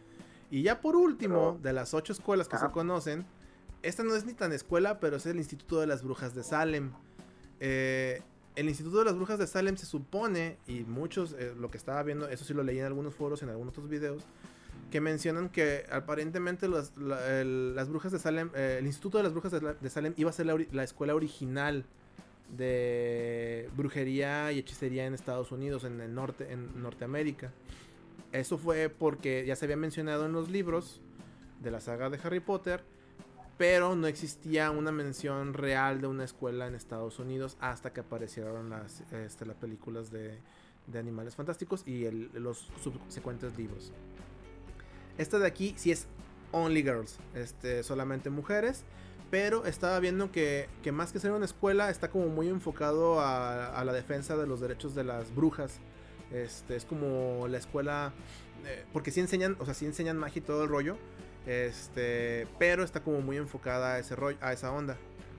Y ya por último, Pero- de las ocho escuelas que Ajá. se conocen, esta no es ni tan escuela, pero es el Instituto de las Brujas de Salem. Eh, el Instituto de las Brujas de Salem se supone, y muchos, eh, lo que estaba viendo, eso sí lo leí en algunos foros, en algunos otros videos, que mencionan que aparentemente las, la- el- las Brujas de Salem, eh, el Instituto de las Brujas de, la- de Salem iba a ser la, ori- la escuela original de brujería y hechicería en Estados Unidos, en el norte, en Norteamérica. Eso fue porque ya se había mencionado en los libros de la saga de Harry Potter, pero no existía una mención real de una escuela en Estados Unidos hasta que aparecieron las, este, las películas de, de Animales Fantásticos y el- los subsecuentes libros. Esta de aquí sí es Only Girls, este, solamente mujeres. Pero estaba viendo que, que más que ser una escuela, está como muy enfocado a, a la defensa de los derechos de las brujas. Este, es como la escuela, eh, porque sí enseñan, o sea, sí enseñan magia y todo el rollo. Este, pero está como muy enfocada a ese rollo, a esa onda.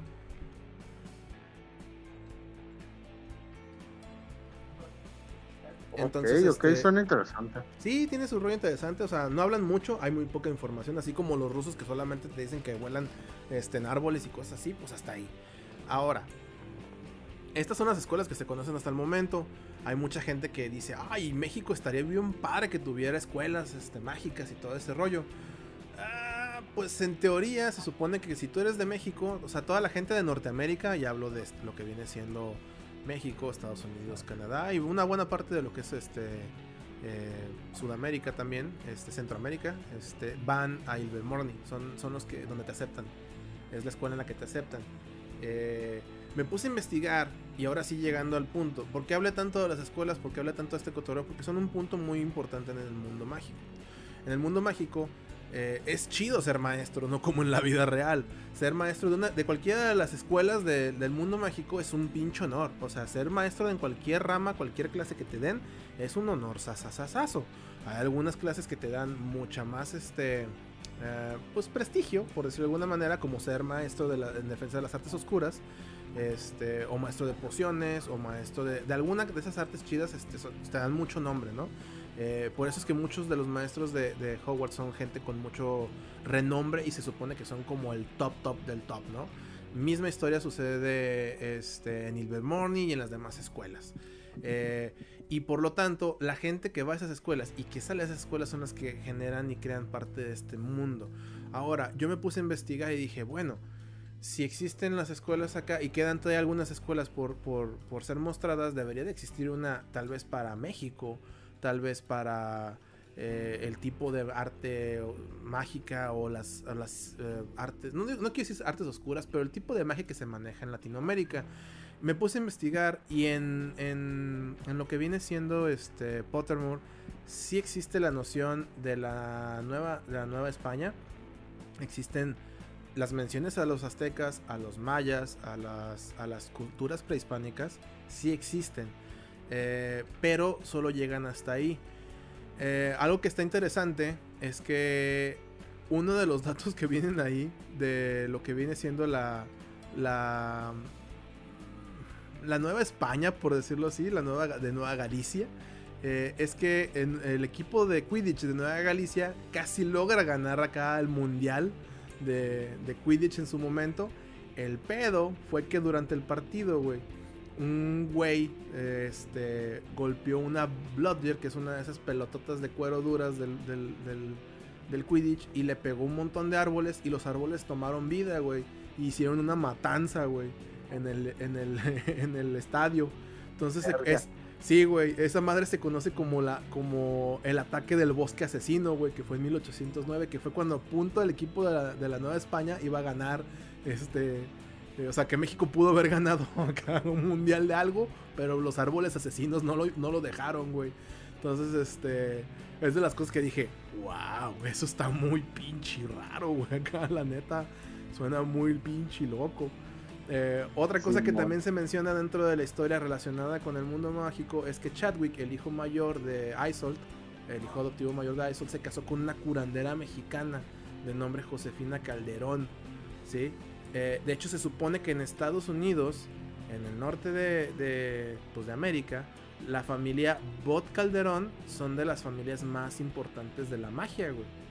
Entonces, ok, ok, este, suena interesante. sí, tiene su rollo interesante, o sea, no hablan mucho, hay muy poca información, así como los rusos que solamente te dicen que vuelan este, en árboles y cosas así, pues hasta ahí. Ahora, estas son las escuelas que se conocen hasta el momento. Hay mucha gente que dice, ay, México estaría bien padre que tuviera escuelas este, mágicas y todo ese rollo. Ah, pues en teoría se supone que si tú eres de México, o sea, toda la gente de Norteamérica, y hablo de lo que viene siendo México, Estados Unidos, Canadá y una buena parte de lo que es este eh, Sudamérica también, este Centroamérica, este van a Ilvermorny, son, son los que donde te aceptan, es la escuela en la que te aceptan. Eh, me puse a investigar y ahora sí llegando al punto, ¿por qué hablé tanto de las escuelas? ¿Por qué hablé tanto de este cotorreo? Porque son un punto muy importante en el mundo mágico. En el mundo mágico Eh, es chido ser maestro, no como en la vida real. Ser maestro de, una, de cualquiera de las escuelas de, del mundo mágico es un pinche honor. O sea, ser maestro en cualquier rama, cualquier clase que te den, es un honor sasasasazo. Hay algunas clases que te dan mucha más, este, eh, pues prestigio, por decirlo de alguna manera, como ser maestro de la, en defensa de las artes oscuras, este, o maestro de pociones, o maestro de, de alguna de esas artes chidas, este, so, te dan mucho nombre, ¿no? Eh, por eso es que muchos de los maestros de, de Hogwarts son gente con mucho renombre y se supone que son como el top top del top, ¿no? Misma historia sucede este, en Ilvermorny y en las demás escuelas. Eh, y por lo tanto, la gente que va a esas escuelas y que sale a esas escuelas son las que generan y crean parte de este mundo. Ahora, yo me puse a investigar y dije, bueno, si existen las escuelas acá y quedan todavía algunas escuelas por, por, por ser mostradas, debería de existir una tal vez para México, tal vez para eh, el tipo de arte mágica o las, o las eh, artes, no, no quiero decir artes oscuras, pero el tipo de magia que se maneja en Latinoamérica. Me puse a investigar y en, en, en lo que viene siendo este Pottermore, sí existe la noción de la nueva, de la nueva España. Existen las menciones a los aztecas, a los mayas, a las, a las culturas prehispánicas, sí existen. Eh, pero solo llegan hasta ahí. Eh, algo que está interesante es que uno de los datos que vienen ahí de lo que viene siendo la la la Nueva España, por decirlo así, la nueva de Nueva Galicia, eh, es que en el equipo de Quidditch de Nueva Galicia casi logra ganar acá el mundial de, de Quidditch en su momento. El pedo fue que durante el partido, güey, un güey este, golpeó una Bludger, que es una de esas pelototas de cuero duras del, del, del, del Quidditch, y le pegó un montón de árboles y los árboles tomaron vida, güey. Y hicieron una matanza, güey, en el, en el, en el estadio. Entonces es, sí, güey, esa madre se conoce como, la, como el ataque del bosque asesino, güey, que fue en mil ochocientos nueve, que fue cuando a punto el equipo de la, de la Nueva España iba a ganar este... O sea, que México pudo haber ganado acá un mundial de algo, pero los árboles asesinos no lo, no lo dejaron, güey. Entonces, este... es de las cosas que dije, wow, eso está muy pinche raro, güey. Acá, la neta, suena muy pinche loco. Eh, otra cosa sí, que man. también se menciona dentro de la historia relacionada con el mundo mágico es que Chadwick, el hijo mayor de Isolde, el hijo adoptivo mayor de Isolde, se casó con una curandera mexicana de nombre Josefina Calderón, ¿sí? Eh, de hecho, se supone que en Estados Unidos, en el norte de, de, pues de América, la familia Bot Calderón son de las familias más importantes de la magia, güey.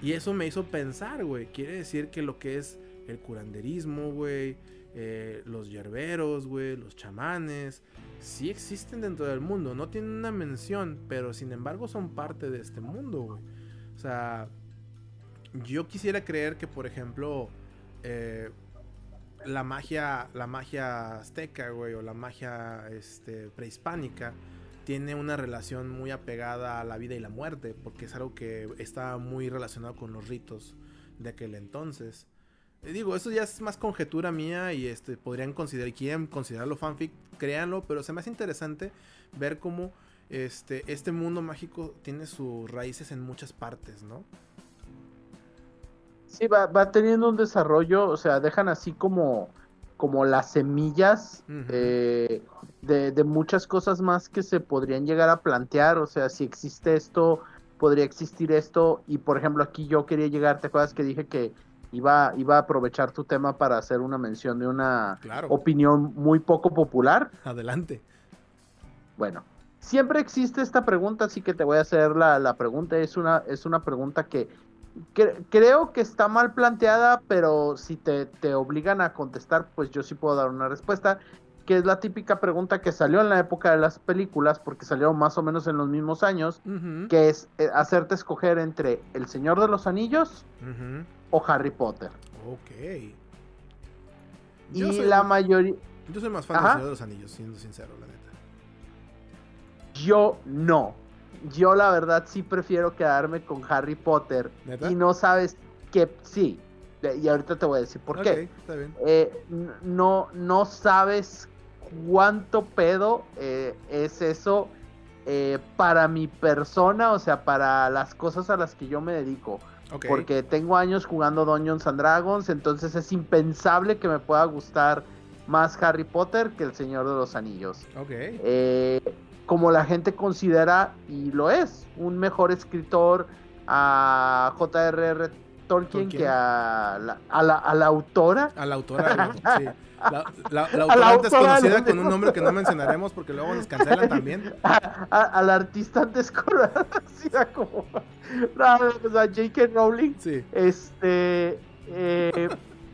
Y eso me hizo pensar, güey. Quiere decir que lo que es el curanderismo, güey, eh, los yerberos, güey, los chamanes, sí existen dentro del mundo. No tienen una mención, pero sin embargo son parte de este mundo, güey. O sea, yo quisiera creer que, por ejemplo, eh, la magia, la magia azteca, güey, o la magia este, prehispánica, tiene una relación muy apegada a la vida y la muerte, porque es algo que está muy relacionado con los ritos de aquel entonces. Y digo, eso ya es más conjetura mía y este podrían considerar, quieren considerarlo fanfic, créanlo, pero se me hace interesante ver cómo este, este mundo mágico tiene sus raíces en muchas partes, ¿no? Sí, va, va teniendo un desarrollo, o sea, dejan así como, como las semillas Uh-huh. eh, de, de muchas cosas más que se podrían llegar a plantear, o sea, si existe esto, podría existir esto, y por ejemplo aquí yo quería llegar, ¿te acuerdas que dije que iba, iba a aprovechar tu tema para hacer una mención de una Claro. opinión muy poco popular? Adelante. Bueno, siempre existe esta pregunta, así que te voy a hacer la, la pregunta, es una, es una pregunta que Cre- creo que está mal planteada, pero si te, te obligan a contestar, pues yo sí puedo dar una respuesta, que es la típica pregunta que salió en la época de las películas, porque salieron más o menos en los mismos años, Uh-huh. que es eh, hacerte escoger entre El Señor de los Anillos Uh-huh. o Harry Potter. Ok. Y Yo soy, la mayoría... yo soy más fan Ajá. del Señor de los Anillos, siendo sincero, la neta. Yo no. Yo la verdad sí prefiero quedarme con Harry Potter. ¿Neta? Y no sabes que sí. Y ahorita te voy a decir por Ok, qué. está bien. Eh, no, no sabes cuánto pedo eh, es eso eh, para mi persona, o sea, para las cosas a las que yo me dedico. Ok. Porque tengo años jugando Dungeons and Dragons, entonces es impensable que me pueda gustar más Harry Potter que El Señor de los Anillos. Ok. Eh, como la gente considera, y lo es, un mejor escritor a J R R Tolkien, Tolkien. que a la, a la, a la autora. A la autora, sí. La, la, la A la autora antes autora conocida de- con un nombre que no mencionaremos porque luego nos cancelan también. A, a- a la artista antes conocida como no, o sea, J K Rowling. Sí. Este eh,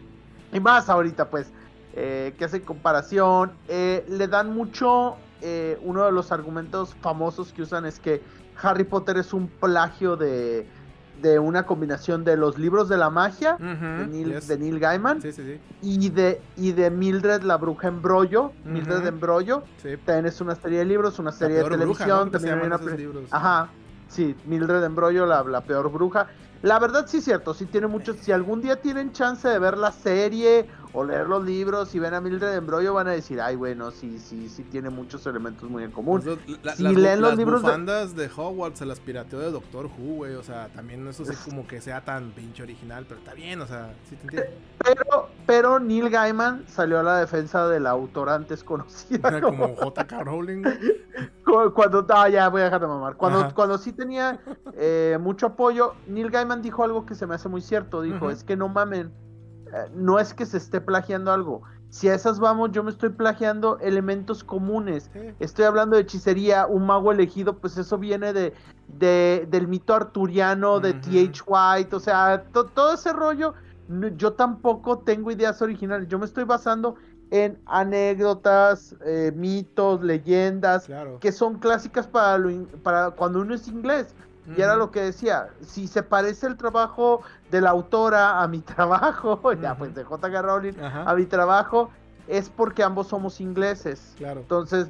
y más ahorita pues eh, que hace comparación, eh, le dan mucho, eh, uno de los argumentos famosos que usan es que Harry Potter es un plagio de, de una combinación de los libros de la magia Uh-huh. de, Neil, Yes. de Neil Gaiman Sí, sí, sí. y de, y de Mildred la bruja embrollo. Ujú. Mildred embrollo Sí. también es una serie de libros, una La serie de peor bruja, televisión, ¿no? Que se también hay llaman una esos pre- libros. Ajá, sí, Mildred Embrollo, la, la peor bruja. La verdad sí es cierto, sí tiene muchos. Si algún día tienen chance de ver la serie o leer los libros y ven a Mildred Embrollo, van a decir, ay, bueno, sí, sí, sí tiene muchos elementos muy en común. Pues, la- Si las, leen bu- los las libros de- bufandas de... Hogwarts se las pirateó de Doctor Who, güey. O sea, también eso sí como que sea tan pinche original, pero está bien, o sea, sí te entiendo. Pero, pero Neil Gaiman salió a la defensa de la autora antes conocida Como J K Rowling, güey. Cu- Cuando, ah, ya voy a dejar de mamar. Cuando, Ajá. cuando sí tenía eh, mucho apoyo, Neil Gaiman dijo algo que se me hace muy cierto. Dijo, Ujú. es que no mamen, eh, no es que se esté plagiando algo. Si a esas vamos, yo me estoy plagiando elementos comunes. Sí. Estoy hablando de hechicería, un mago elegido, pues eso viene de, de del mito arturiano, de Ujú. T H White, o sea, to- todo ese rollo. no- Yo tampoco tengo ideas originales. Yo me estoy basando en anécdotas, eh, mitos, leyendas, Claro. que son clásicas para, lo in- para cuando uno es inglés. Y era Ujú. lo que decía, si se parece el trabajo de la autora a mi trabajo, ya Ujú. pues de J K Rowling Ajá. a mi trabajo, es porque ambos somos ingleses. Claro. Entonces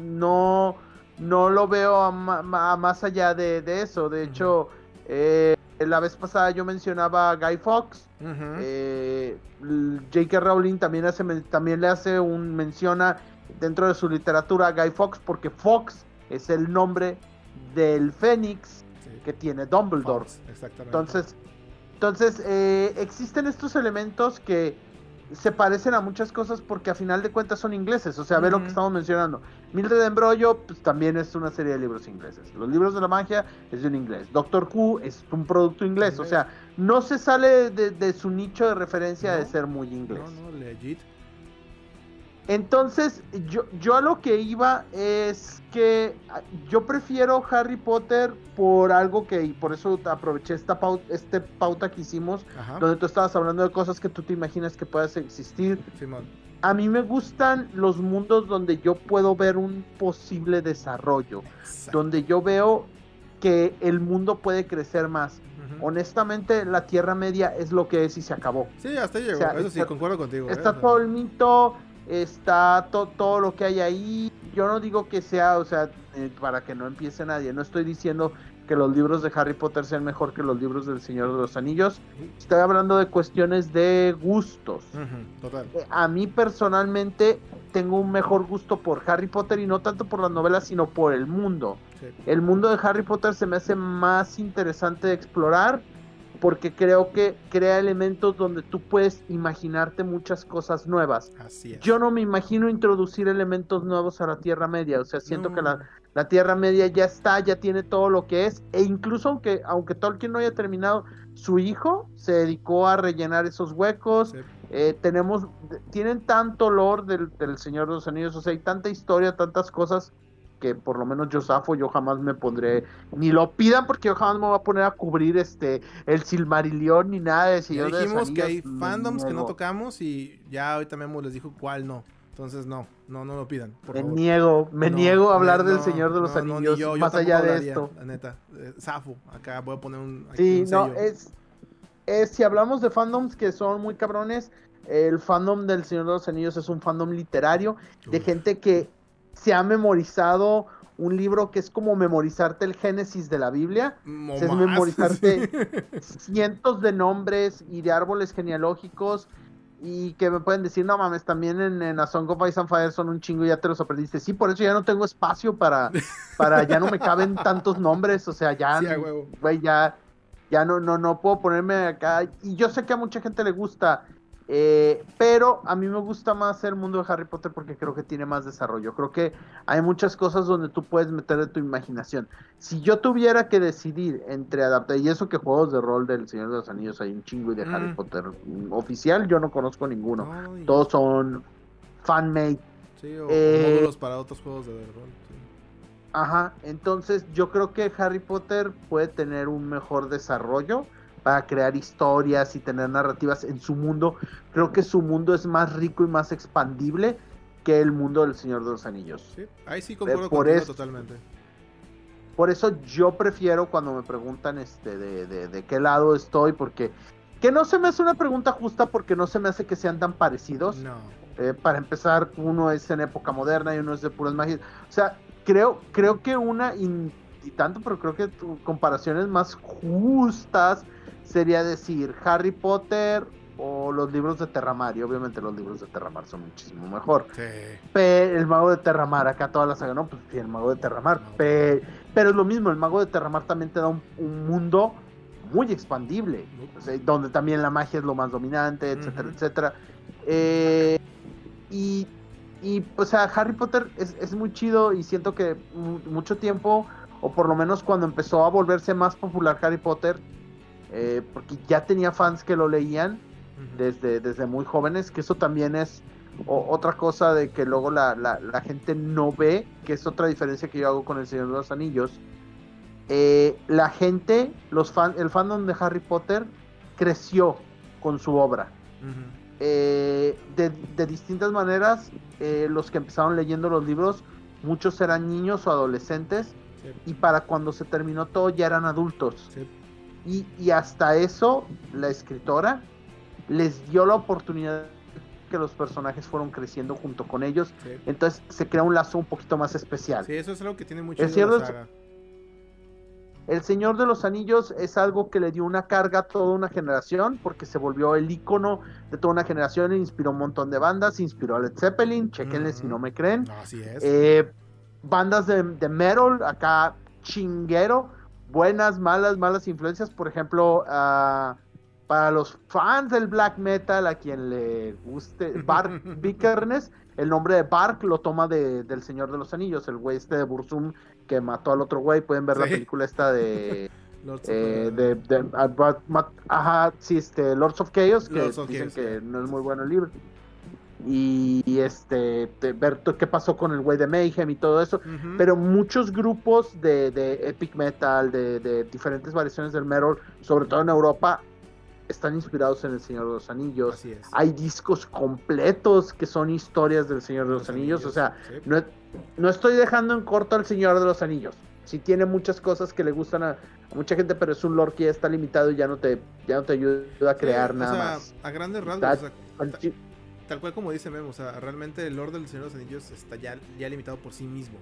no, no lo veo a, ma- a más allá de, de eso. De Ujú. hecho, eh, la vez pasada yo mencionaba a Guy Fawkes. Ujú. Eh, J K Rowling también, hace, men- también le hace un menciona dentro de su literatura a Guy Fawkes porque Fox es el nombre del Fénix Sí. que tiene Dumbledore. Fox, exactamente. Entonces, entonces eh, existen estos elementos que se parecen a muchas cosas porque a final de cuentas son ingleses. O sea, ve lo que Ujú. estamos mencionando. Mildred Embrollo, pues también es una serie de libros ingleses. Los libros de la magia es de un inglés. Doctor Who es un producto inglés. Inglés. O sea, no se sale de, de su nicho de referencia de No, ser muy inglés. No, no, legit. Entonces, yo, yo a lo que iba es que yo prefiero Harry Potter por algo que, y por eso aproveché esta pauta, este pauta que hicimos, Ajá. donde tú estabas hablando de cosas que tú te imaginas que puedas existir. Simón. A mí me gustan los mundos donde yo puedo ver un posible desarrollo, Exacto. donde yo veo que el mundo puede crecer más. Uh-huh. Honestamente, la Tierra Media es lo que es y se acabó. Sí, hasta ahí llegó, o sea, eso está, sí, concuerdo contigo. Está eh, todo el mito... Está to- todo lo que hay ahí. Yo no digo que sea, o sea, eh, para que no empiece nadie. No estoy diciendo que los libros de Harry Potter sean mejor que los libros del Señor de los Anillos. Estoy hablando de cuestiones de gustos. Uh-huh, total. Eh, a mí personalmente tengo un mejor gusto por Harry Potter y no tanto por las novelas, sino por el mundo. Sí. El mundo de Harry Potter se me hace más interesante de explorar, porque creo que crea elementos donde tú puedes imaginarte muchas cosas nuevas. Así es. Yo no me imagino introducir elementos nuevos a la Tierra Media, o sea, siento No. que la, la Tierra Media ya está, ya tiene todo lo que es, e incluso aunque, aunque Tolkien no haya terminado, su hijo se dedicó a rellenar esos huecos. Sí. Eh, tenemos, tienen tanto lore del, del Señor de los Anillos, o sea, hay tanta historia, tantas cosas, que por lo menos yo zafo, yo jamás me pondré, ni lo pidan porque yo jamás me voy a poner a cubrir este el Silmarillion ni nada de Señor ya dijimos de que hay fandoms que no tocamos y ya ahorita Memo les dijo cuál no. Entonces no, no, no lo pidan. Por me favor. niego, me no, niego a hablar no, del Señor de los no, Anillos, no, yo, más yo allá de hablaría, esto. La neta, eh, zafo, acá voy a poner un aquí Sí, un no, sello. es, es, si hablamos de fandoms que son muy cabrones, el fandom del Señor de los Anillos es un fandom literario, Uf. de gente que se ha memorizado un libro que es como memorizarte el Génesis de la Biblia, No o sea, es más. memorizarte cientos de nombres y de árboles genealógicos, y que me pueden decir, no mames, también en, en A Song of Ice and Fire son un chingo y ya te los aprendiste. Sí, por eso ya no tengo espacio para, para ya no me caben tantos nombres, o sea, ya, sí, güey, ya, ya no, no, no puedo ponerme acá, y yo sé que a mucha gente le gusta. Eh, pero a mí me gusta más el mundo de Harry Potter porque creo que tiene más desarrollo. Creo que hay muchas cosas donde tú puedes meter de tu imaginación. Si yo tuviera que decidir entre adaptar, y eso que juegos de rol del Señor de los Anillos hay un chingo, y de mm. Harry Potter oficial yo no conozco ninguno. Ay. Todos son fan-made. Sí, o eh, módulos para otros juegos de rol. Sí. Ajá, entonces yo creo que Harry Potter puede tener un mejor desarrollo para crear historias y tener narrativas en su mundo. Creo que su mundo es más rico y más expandible que el mundo del Señor de los Anillos. Sí, ahí sí concuerdo eh, por contigo es, totalmente. Por eso yo prefiero cuando me preguntan este de, de, de qué lado estoy, porque que no se me hace una pregunta justa porque no se me hace que sean tan parecidos. No. Eh, para empezar, uno es en época moderna y uno es de puras magias. O sea, creo, creo que una, y, y tanto, pero creo que tu, comparaciones más justas sería decir Harry Potter o los libros de Terramar, y obviamente los libros de Terramar son muchísimo mejor. Sí. Pero el Mago de Terramar, acá toda la saga, no, pues sí, el Mago de Terramar, no. pero, pero es lo mismo, el Mago de Terramar también te da un, un mundo muy expandible, o sea, donde también la magia es lo más dominante, etcétera, uh-huh. etcétera. Eh, y, y, o sea, Harry Potter es, es muy chido y siento que m- mucho tiempo, o por lo menos cuando empezó a volverse más popular Harry Potter, Eh, porque ya tenía fans que lo leían uh-huh. desde, desde muy jóvenes, que eso también es o, otra cosa de que luego la, la, la gente no ve, que es otra diferencia que yo hago con el Señor de los Anillos. Eh, la gente, los fan, el fandom de Harry Potter creció con su obra. Uh-huh. Eh, de, de distintas maneras, eh, los que empezaron leyendo los libros, muchos eran niños o adolescentes, sí. y para cuando se terminó todo ya eran adultos. Sí. Y, y hasta eso, la escritora les dio la oportunidad que los personajes fueron creciendo junto con ellos. Sí. Entonces se crea un lazo un poquito más especial. Sí, eso es algo que tiene mucho el, la saga. El Señor de los Anillos es algo que le dio una carga a toda una generación, porque se volvió el ícono de toda una generación, e inspiró un montón de bandas, inspiró a Led Zeppelin, chequenle uh-huh. si no me creen. No, así es. Eh, bandas de, de metal, acá chinguero, buenas, malas, malas influencias, por ejemplo, uh, para los fans del black metal, a quien le guste, Bark Vikernes, el nombre de Bark lo toma de, del Señor de los Anillos, el güey este de Burzum que mató al otro güey, pueden ver sí. la película esta de... eh, de, de, de uh, ajá, sí, este, Lords of Chaos, que Lords of dicen Chaos, que sí. no es muy bueno el libro. y, y, este de ver t- qué pasó con el güey de Mayhem y todo eso, Ujú. pero muchos grupos de, de epic metal, de, de diferentes variaciones del metal, sobre todo en Europa, están inspirados en El Señor de los Anillos. Así es. Hay discos completos que son historias del Señor de los, Los Anillos. Anillos, O sea, sí. no, no estoy dejando en corto al Señor de los Anillos. Sí tiene muchas cosas que le gustan a, a mucha gente, pero es un lore que ya está limitado y ya no te, ya no te ayuda a crear Sí, nada o sea, más. a grandes rasgos, Está- o sea, ta- tal cual como dice Memo, o sea, realmente el lore del Señor de los Anillos está ya, ya limitado por sí mismo.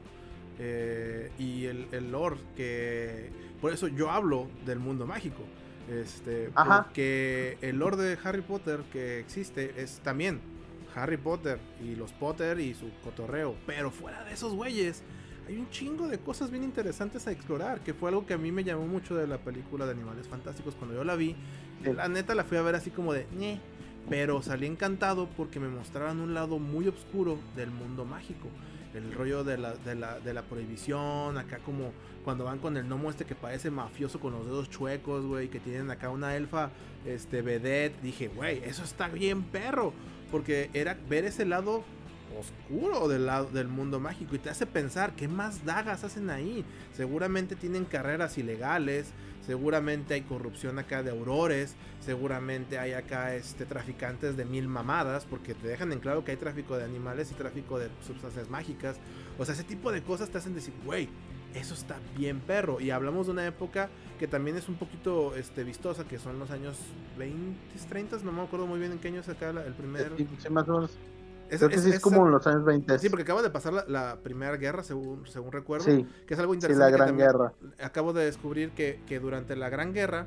Eh, y el, el lore que... Por eso yo hablo del mundo mágico. Este, Ajá. porque el lore de Harry Potter que existe es también Harry Potter y los Potter y su cotorreo. Pero fuera de esos güeyes, hay un chingo de cosas bien interesantes a explorar, que fue algo que a mí me llamó mucho de la película de Animales Fantásticos cuando yo la vi. Sí. La neta la fui a ver así como de ñe, pero salí encantado porque me mostraban un lado muy oscuro del mundo mágico. El rollo de la, de la, de la prohibición, acá como cuando van con el gnomo este que parece mafioso con los dedos chuecos, güey, que tienen acá una elfa, este, vedette. Dije, güey, eso está bien perro, porque era ver ese lado oscuro del lado del mundo mágico y te hace pensar qué más dagas hacen ahí. Seguramente tienen carreras ilegales, seguramente hay corrupción acá de aurores, seguramente hay acá este traficantes de mil mamadas, porque te dejan en claro que hay tráfico de animales y tráfico de sustancias mágicas. O sea, ese tipo de cosas te hacen decir, güey, eso está bien perro. Y hablamos de una época que también es un poquito este, vistosa, que son los años veinte, treinta, no me acuerdo muy bien en qué años acá la, el primer... Sí, sí, más o menos. Es, Creo que es- sí es es- como en los años veinte. Sí, porque acaba de pasar la, la primera guerra, según, según recuerdo, Sí, que es algo sí, interesante. la que Gran también Guerra. acabo de descubrir que, que durante la Gran Guerra,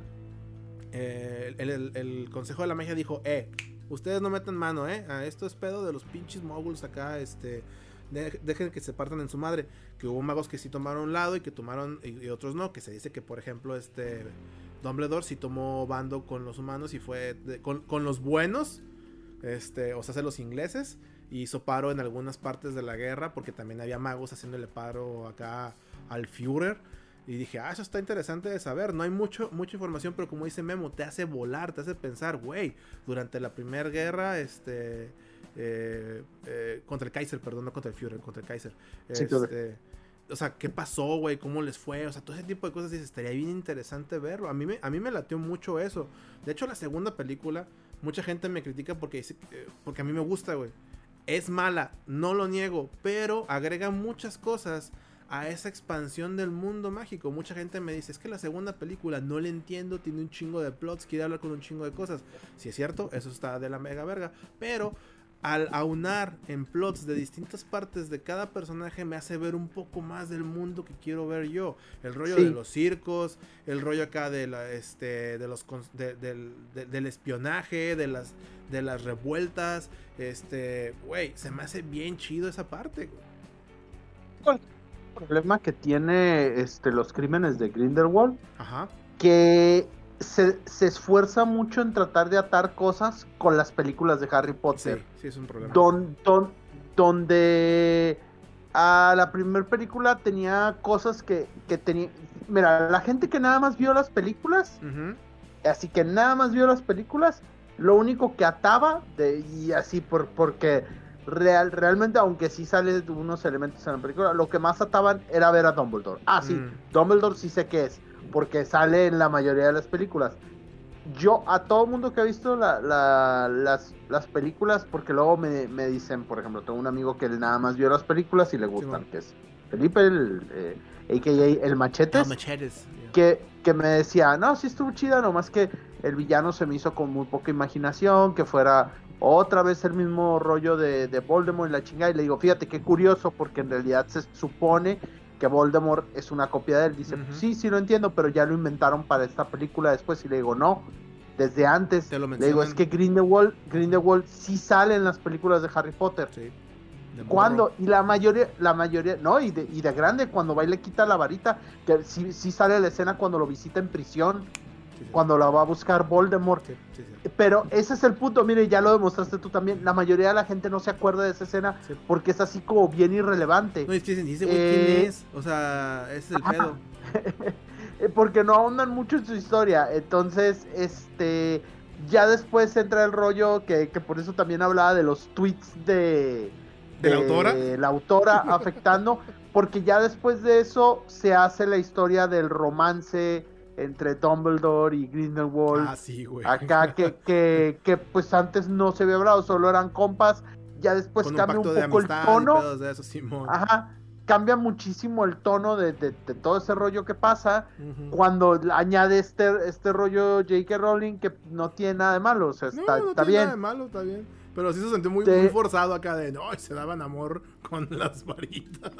eh, el, el- el Consejo de la Magia dijo, eh, ustedes no metan mano, eh, a esto es pedo de los pinches moguls acá, este, de- dejen que se partan en su madre. Que hubo magos que sí tomaron un lado y que tomaron, y, y otros no, que se dice que, por ejemplo, este, Dumbledore sí tomó bando con los humanos y fue, de- con, con los buenos, este, o sea, los ingleses, y hizo paro en algunas partes de la guerra, porque también había magos haciéndole paro acá al Führer. Y dije, ah, eso está interesante de saber. No hay mucho, mucha información, pero como dice Memo, te hace volar, te hace pensar, güey, durante la primera guerra, este, eh, eh, contra el Kaiser, perdón, no contra el Führer, contra el Kaiser. Sí, Este, o sea, ¿qué pasó, güey? ¿Cómo les fue? O sea, todo ese tipo de cosas, dices, estaría bien interesante verlo. A mí me, a mí me latió mucho eso. De hecho, la segunda película, mucha gente me critica porque dice, eh, porque a mí me gusta, güey. Es mala, no lo niego, pero agrega muchas cosas a esa expansión del mundo mágico. Mucha gente me dice, es que la segunda película no le entiendo, tiene un chingo de plots, quiere hablar con un chingo de cosas. Si es cierto, eso está de la mega verga, pero al aunar en plots de distintas partes de cada personaje me hace ver un poco más del mundo que quiero ver yo. El rollo Sí. de los circos, el rollo acá de la, este, de los cons- de- del, de- del espionaje, de las, de las revueltas, este, güey, se me hace bien chido esa parte. El problema que tiene este, los crímenes de Grindelwald, Ajá. que se, se esfuerza mucho en tratar de atar cosas con las películas de Harry Sí, Potter. sí es un problema. Don, don- donde a la primera película tenía cosas que, que tenía... Mira, la gente que nada más vio las películas, Ujú. así que nada más vio las películas, lo único que ataba, de, y así por, porque real, realmente, aunque sí sale de unos elementos en la película, lo que más ataban era ver a Dumbledore. Ah, sí, Mm. Dumbledore sí sé qué es, porque sale en la mayoría de las películas. Yo, a todo mundo que ha visto la, la- las, las películas, porque luego me, me dicen, por ejemplo, tengo un amigo que él nada más vio las películas y le gustan, Simón. que es Felipe, el, eh, a k a el Machetes, Ah, machetes. que, que me decía, no, sí estuvo chida, nomás que el villano se me hizo con muy poca imaginación, que fuera otra vez el mismo rollo de, de Voldemort y la chingada. Y le digo, fíjate qué curioso, porque en realidad se supone que Voldemort es una copia de él. Dice, Ujú. pues sí, sí lo entiendo, pero ya lo inventaron para esta película después. Y le digo, no, desde antes. Te lo Le digo, mencionan. es que Grindelwald, Grindelwald sí sale en las películas de Harry Potter. Sí. De ¿Cuándo? morro. Y la mayoría, la mayoría, no, y de, y de grande, cuando va y le quita la varita, que sí, sí sale la escena cuando lo visita en prisión, Sí, sí. cuando la va a buscar Voldemort. Sí, sí, sí. Pero ese es el punto, mire, ya lo demostraste tú también. La mayoría de la gente no se acuerda de esa escena Sí. porque es así como bien irrelevante. No, y es que dicen, ¿y ese güey Eh, quién es? O sea, ese es el ajá. pedo. Eh, porque no ahondan mucho en su historia. Entonces, este, Ya después entra el rollo que, que por eso también hablaba de los tweets de, ¿De la autora? la autora afectando, porque ya después de eso se hace la historia del romance entre Dumbledore y Grindelwald. Ah, sí, güey. Acá que, que, que pues antes no se había hablado, solo eran compas. Ya después Con un cambia un, pacto de poco el amistad y tono. pedos de eso, Simón. Ajá. Cambia muchísimo el tono de, de, de todo ese rollo que pasa Ujú. cuando añade este, este rollo J K. Rowling, que no tiene nada de malo, o sea, No, está, no está tiene bien. nada de malo, está bien. Pero sí se sintió muy, De- muy forzado acá de, no, se daban amor con las varitas.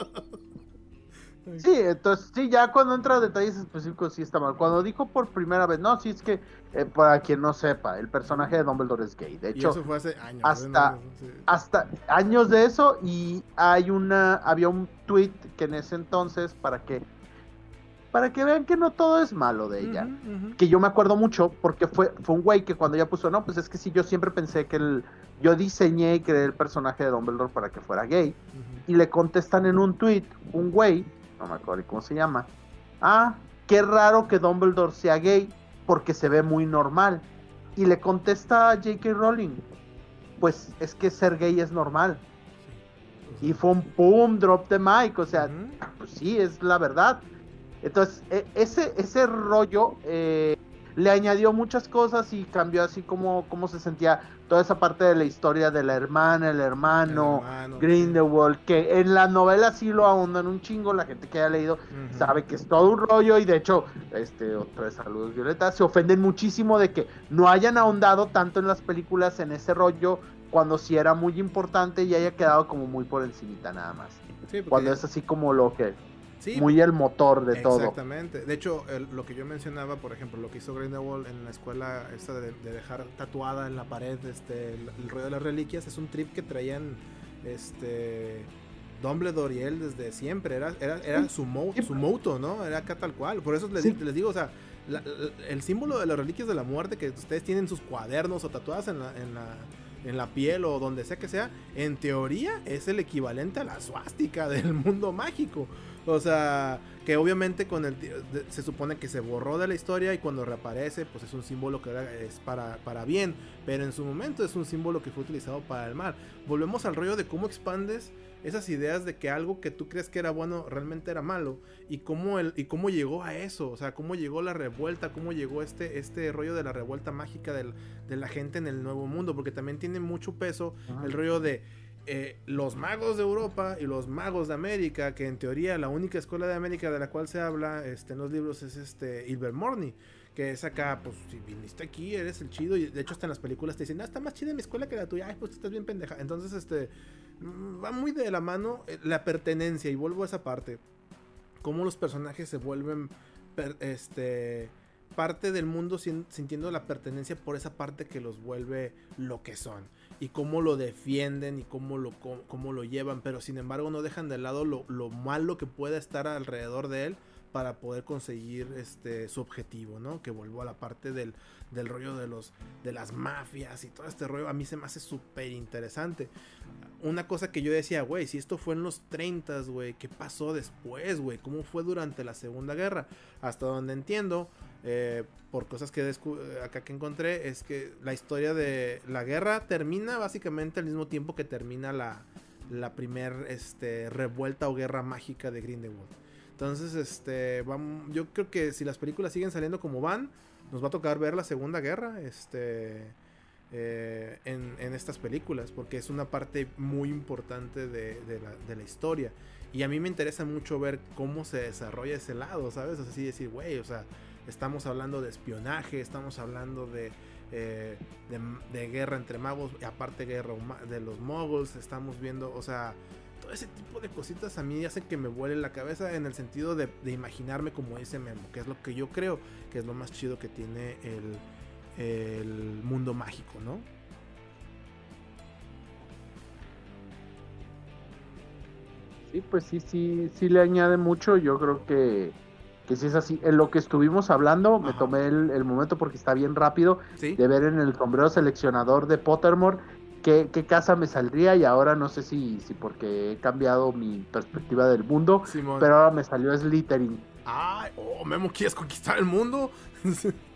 Sí, entonces, sí, ya cuando entra a detalles específicos sí está mal. Cuando dijo por primera vez, no, sí, es que, eh, para quien no sepa, el personaje de Dumbledore es gay. De Y hecho, eso fue hace años. hasta- ¿eh? No, no, sí. hasta años de eso, y hay una, había un tweet que en ese entonces, para que, para que vean que no todo es malo de ella. Ujú, ujú. Que yo me acuerdo mucho porque fue, fue un güey que cuando ella puso, no, pues es que sí, yo siempre pensé que el, yo diseñé y creé el personaje de Dumbledore para que fuera gay, Ujú. y le contestan en un tweet, un güey, no me acuerdo cómo se llama, ah, qué raro que Dumbledore sea gay porque se ve muy normal, y le contesta a J K. Rowling, pues es que ser gay es normal, Sí. y fue un pum, drop the mic, o sea, Ujú. pues sí, es la verdad. Entonces, e- ese, ese rollo eh, le añadió muchas cosas y cambió así como, como se sentía toda esa parte de la historia de la hermana, el hermano, El hermano, Grindelwald, que en la novela sí lo ahondan un chingo, la gente que haya leído Ujú. sabe que es todo un rollo, y de hecho, este, otra vez saludos Violeta, se ofenden muchísimo de que no hayan ahondado tanto en las películas en ese rollo, cuando sí era muy importante y haya quedado como muy por encimita nada más. Sí, porque Cuando ya- es así como lo que, sí, muy el motor de todo. exactamente. De hecho, el- lo que yo mencionaba, por ejemplo, lo que hizo Grindelwald en la escuela esta de, de dejar tatuada en la pared este, el, el rollo de las reliquias, es un trip que traían este Dumbledore y él desde siempre. Era, era, era su, mo, Sí. su moto, ¿no? Era acá tal cual. Por eso les, Sí. les digo, o sea, la- la- el símbolo de las reliquias de la muerte que ustedes tienen en sus cuadernos o tatuadas en la, en la en la piel o donde sea que sea, en teoría es el equivalente a la suástica del mundo mágico. O sea, que obviamente con el ti- de- se supone que se borró de la historia y cuando reaparece, pues es un símbolo que ahora es para, para bien, pero en su momento es un símbolo que fue utilizado para el mal. Volvemos al rollo de cómo expandes esas ideas de que algo que tú crees que era bueno realmente era malo, y cómo el y cómo llegó a eso, o sea, cómo llegó la revuelta, cómo llegó este este rollo de la revuelta mágica del, de la gente en el nuevo mundo, porque también tiene mucho peso Ajá. el rollo de eh, los magos de Europa y los magos de América, que en teoría la única escuela de América de la cual se habla este, en los libros es este Ilvermorny, que es acá, pues si viniste aquí eres el chido, y de hecho hasta en las películas te dicen, ah, está más chida mi escuela que la tuya, ay, pues estás bien pendeja. Entonces este va muy de la mano eh, la pertenencia, y vuelvo a esa parte, cómo los personajes se vuelven per, este parte del mundo sin, sintiendo la pertenencia por esa parte que los vuelve lo que son, y cómo lo defienden y cómo lo, cómo, cómo lo llevan, pero sin embargo no dejan de lado lo, lo malo que pueda estar alrededor de él para poder conseguir este su objetivo, ¿no? Que vuelvo a la parte del, del rollo de los de las mafias y todo este rollo, a mí se me hace súper interesante. Una cosa que yo decía, güey, si esto fue en los treinta, güey, ¿qué pasó después, güey? ¿Cómo fue durante la Segunda Guerra? Hasta donde entiendo, eh, por cosas que descu- acá que encontré, es que la historia de la guerra termina básicamente al mismo tiempo que termina la, la primer este, revuelta o guerra mágica de Grindelwald. Entonces, este, vamos, yo creo que si las películas siguen saliendo como van, nos va a tocar ver la Segunda Guerra, este... Eh, en, en estas películas, porque es una parte muy importante de, de, la, de la historia, y a mí me interesa mucho ver cómo se desarrolla ese lado, ¿sabes? Así decir, güey, o sea, estamos hablando de espionaje, estamos hablando de, eh, de, de guerra entre magos, y aparte guerra de los moguls, estamos viendo, o sea, todo ese tipo de cositas a mí hacen que me vuele la cabeza, en el sentido de, de imaginarme como ese Memo, que es lo que yo creo que es lo más chido que tiene el el mundo mágico, ¿no? Sí, pues sí, sí, sí le añade mucho. Yo creo que, que sí es así. En lo que estuvimos hablando, Ajá. me tomé el, el momento porque está bien rápido ¿Sí? de ver en el sombrero seleccionador de Pottermore qué, qué casa me saldría, y ahora no sé si, si porque he cambiado mi perspectiva del mundo, Simón. pero ahora me salió Slytherin. Ay, oh, Memo, ¿quieres conquistar el mundo?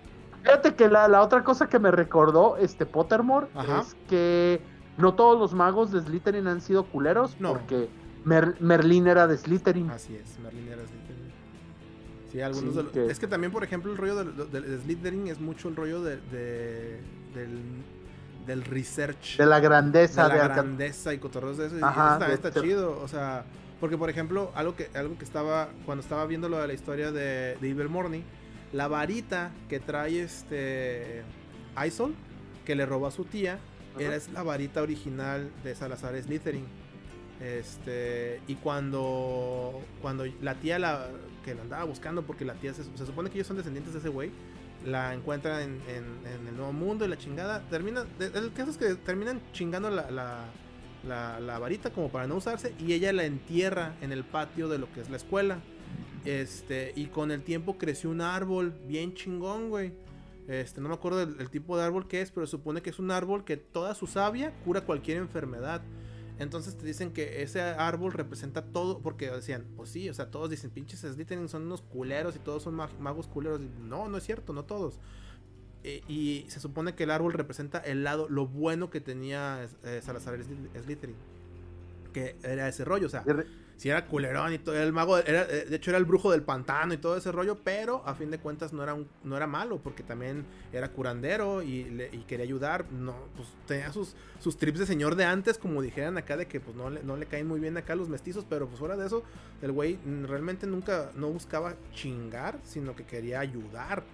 Fíjate que la, la otra cosa que me recordó este Pottermore Ajá. es que no todos los magos de Slytherin han sido culeros, No. porque Mer- Merlín era de Slytherin. Así es, Merlin era Slytherin. Sí, algunos Sí, de los- que- Es que también, por ejemplo, el rollo de, de, de Slytherin es mucho el rollo de, de- del, del research. De la grandeza de de, la Arca- grandeza y cotorreos de eso. Y Ajá, eso también de- está de- chido. O sea, porque por ejemplo, algo que, algo que estaba. Cuando estaba viendo lo de la historia de, de Ilvermorny, la varita que trae este Aisol, que le robó a su tía, Ajá. era es la varita original de Salazar Slytherin. Este, y cuando cuando la tía la que la andaba buscando, porque la tía se, se supone que ellos son descendientes de ese güey, la encuentran en, en- en el Nuevo Mundo y la chingada termina, el caso es que terminan chingando la, la, la, la varita como para no usarse, y ella la entierra en el patio de lo que es la escuela. Este, y con el tiempo creció un árbol bien chingón, güey. Este, no me acuerdo del, del tipo de árbol que es, pero supone que es un árbol que toda su savia cura cualquier enfermedad. Entonces te dicen que ese árbol representa todo, porque decían, pues sí, o sea, todos dicen, pinches Slytherin son unos culeros y todos son mag- magos culeros. Y no, no es cierto, no todos. E- y se supone que el árbol representa el lado, lo bueno que tenía eh, Salazar Sly- Slytherin. Que era ese rollo, o sea, si era culerón y todo, era el mago, era, eh, de hecho era el brujo del pantano y todo ese rollo, pero a fin de cuentas no era un, no era malo, porque también era curandero y, le, y quería ayudar. No, pues tenía sus, sus trips de señor de antes, como dijeran acá, de que pues no le, no le caen muy bien acá los mestizos, pero pues fuera de eso, el güey realmente nunca no buscaba chingar, sino que quería ayudar.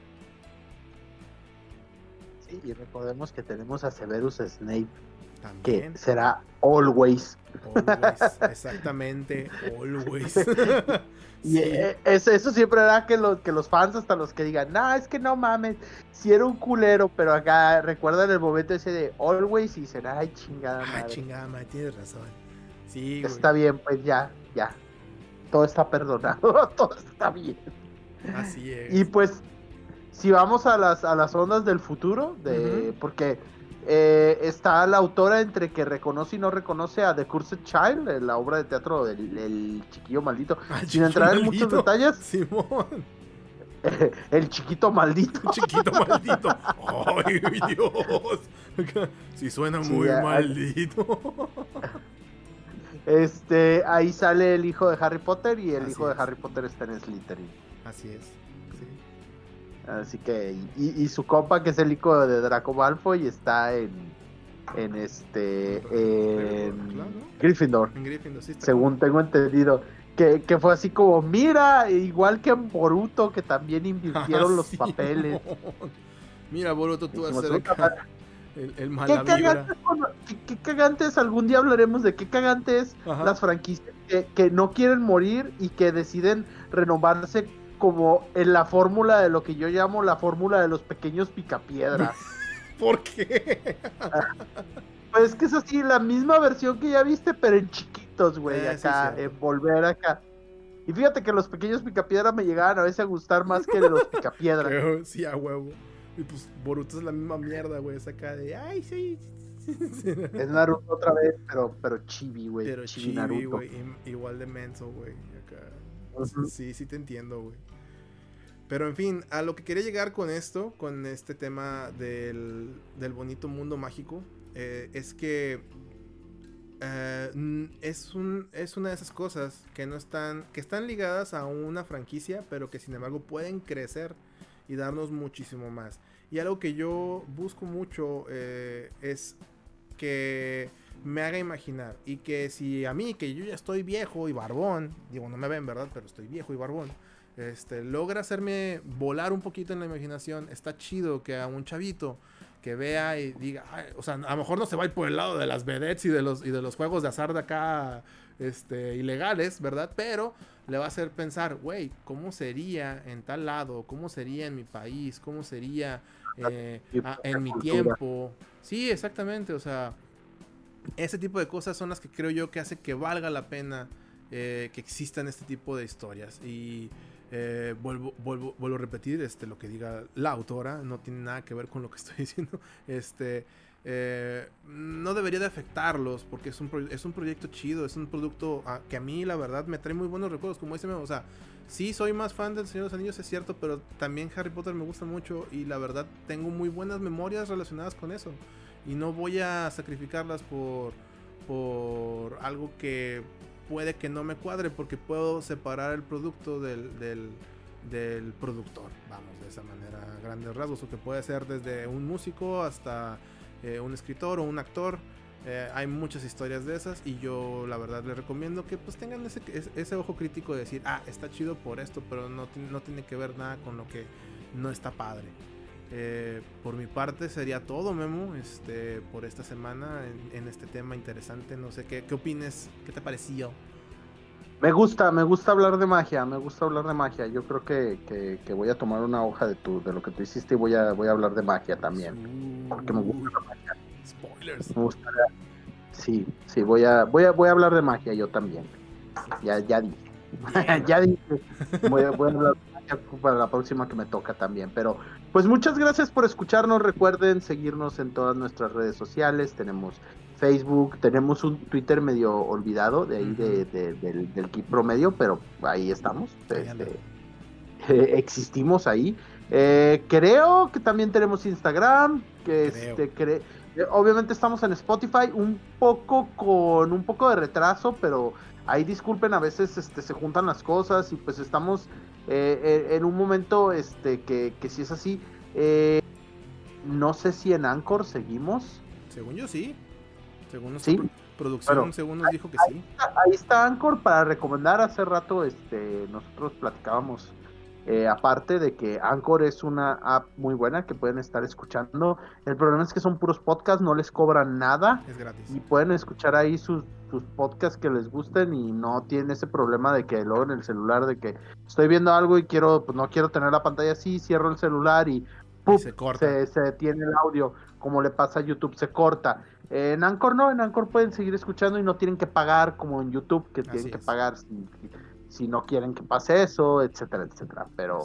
Sí, y recordemos que tenemos a Severus Snape, También. que será always. Always, exactamente, always. Y Sí. eh, eso, eso siempre hará que los, que los fans, hasta los que digan, no, es que no mames, si era un culero, pero acá recuerdan el momento ese de always y dicen, ay, chingada Ah, madre. chingada, madre, tienes razón. Sí, güey. Está bien, pues ya, ya. Todo está perdonado, todo está bien. Así es. Y pues, si vamos a las, a las ondas del futuro, de, Ujú. porque eh, está la autora entre que reconoce y no reconoce a The Cursed Child, eh, la obra de teatro del, del chiquillo maldito. Ah, Sin chiquillo entrar en maldito. muchos detalles, Simón, el chiquito maldito. chiquito maldito. Ay, Dios. Sí suena Sí, muy ya- maldito. Este, ahí sale el hijo de Harry Potter y el Así hijo es. de Harry Potter está en Slytherin. Así es. Sí. Así que, y, y su compa, que es el hijo de Draco Malfoy, está en, en este, en Claro, ¿no? Gryffindor, En Gryffindor, sí está. según tengo entendido. Que, que fue así como, mira, igual que en Boruto, que también invirtieron Ah, los sí, papeles. mon. Mira, Boruto, tú vas a Como ser tú, acá el, el ¿Qué mala vibra. cagantes, con- qué, qué cagantes, algún día hablaremos de qué cagantes Ajá. las franquicias que, que no quieren morir y que deciden renovarse como en la fórmula de lo que yo llamo la fórmula de los pequeños picapiedras. ¿Por qué? Pues es que es así, la misma versión que ya viste, pero en chiquitos, güey, Eh, sí, acá, cierto. en volver acá. Y fíjate que los pequeños picapiedra me llegaban a veces a gustar más que de los picapiedra. Creo, sí, a huevo. Y pues Boruto es la misma mierda, güey. Es acá de, ay, sí. sí. Es Naruto otra vez, pero, pero chibi, güey. Pero Chibi chibi, Naruto. güey. im- Igual de menso, güey. Acá. Ujú. Sí, sí te entiendo, güey. Pero en fin, a lo que quería llegar con esto, con este tema del, del bonito mundo mágico, eh, es que eh, mm, es, un, es una de esas cosas que no están, que están ligadas a una franquicia, pero que sin embargo pueden crecer y darnos muchísimo más. Y algo que yo busco mucho eh, es que me haga imaginar, y que si a mí, que yo ya estoy viejo y barbón, digo, no me ven, ¿verdad? Pero estoy viejo y barbón, este, logra hacerme volar un poquito en la imaginación. Está chido que a un chavito que vea y diga, "Ay", o sea, a lo mejor no se va a ir por el lado de las vedettes y de los, y de los juegos de azar de acá, este, ilegales, ¿verdad? Pero le va a hacer pensar, güey, ¿cómo sería en tal lado? ¿Cómo sería en mi país? ¿Cómo sería eh, a- en mi tiempo? Sí, exactamente, o sea, ese tipo de cosas son las que creo yo que hace que valga la pena eh, que existan este tipo de historias. Y eh, vuelvo, vuelvo, vuelvo a repetir este, lo que diga la autora, no tiene nada que ver con lo que estoy diciendo. Este, eh, no debería de afectarlos, porque es un, pro- es un proyecto chido, es un producto ah, que a mí la verdad me trae muy buenos recuerdos, como dice Memo, o sea, sí soy más fan del Señor de los Anillos, es cierto, pero también Harry Potter me gusta mucho y la verdad tengo muy buenas memorias relacionadas con eso, y no voy a sacrificarlas por, por algo que puede que no me cuadre, porque puedo separar el producto del... del del productor, vamos, de esa manera, a grandes rasgos, o que puede ser desde un músico hasta eh, un escritor o un actor. Eh, hay muchas historias de esas y yo la verdad les recomiendo que pues tengan ese, ese ojo crítico de decir, ah, está chido por esto, pero no, no tiene que ver nada con lo que no está padre. Eh, por mi parte sería todo, Memo, este, por esta semana en, en este tema interesante. No sé, ¿qué, qué opines? ¿Qué te pareció? Me gusta, me gusta hablar de magia, me gusta hablar de magia. Yo creo que, que, que voy a tomar una hoja de tu, de lo que tú hiciste y voy a, voy a hablar de magia también. Porque me gusta la magia. Spoilers. Me gusta, sí, sí, voy a, voy a, voy a hablar de magia yo también. Ya, ya dije. Yeah. ya dije. Voy a, voy a hablar de magia para la próxima que me toca también. Pero, pues muchas gracias por escucharnos. Recuerden seguirnos en todas nuestras redes sociales. Tenemos Facebook, tenemos un Twitter medio olvidado de ahí, uh-huh. de, de, del, del Geek Promedio, pero ahí estamos, este, eh, existimos ahí. Eh, creo que también tenemos Instagram, que creo. este, cre- eh, obviamente estamos en Spotify, un poco con un poco de retraso, pero ahí disculpen, a veces este, se juntan las cosas y pues estamos eh, en un momento este, que, que si es así. Eh, no sé si en Anchor seguimos. Según yo sí. Según nuestra sí, producción, pero según nos dijo que ahí sí. Está, ahí está Anchor para recomendar. Hace rato este, nosotros platicábamos, eh, aparte de que Anchor es una app muy buena que pueden estar escuchando. El problema es que son puros podcasts, no les cobran nada. Es gratis. Y pueden escuchar ahí sus, sus podcasts que les gusten y no tienen ese problema de que luego en el celular, de que estoy viendo algo y quiero, pues no quiero tener la pantalla así, cierro el celular y, ¡pum! y se corta. Se, se detiene el audio, como le pasa a YouTube, se corta. En Anchor no, en Anchor pueden seguir escuchando y no tienen que pagar como en YouTube, que tienen Así que es. pagar si, si no quieren que pase eso, etcétera, etcétera. Pero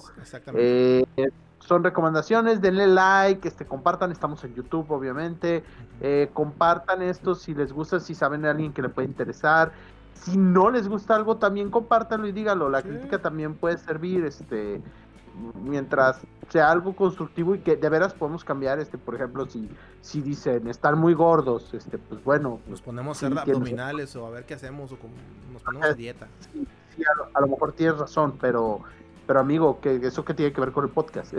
eh, son recomendaciones, denle like, este, compartan, estamos en YouTube obviamente, eh, compartan esto si les gusta, si saben de alguien que le puede interesar. Si no les gusta algo, también compártanlo y díganlo, la sí. crítica también puede servir, este... mientras sea algo constructivo y que de veras podemos cambiar, este, por ejemplo, si, si dicen están muy gordos, este, pues bueno, nos ponemos a hacer sí, abdominales tienes... o a ver qué hacemos o como nos ponemos a dieta. Sí, sí a, lo, a lo mejor tienes razón, pero pero amigo, que eso que tiene que ver con el podcast.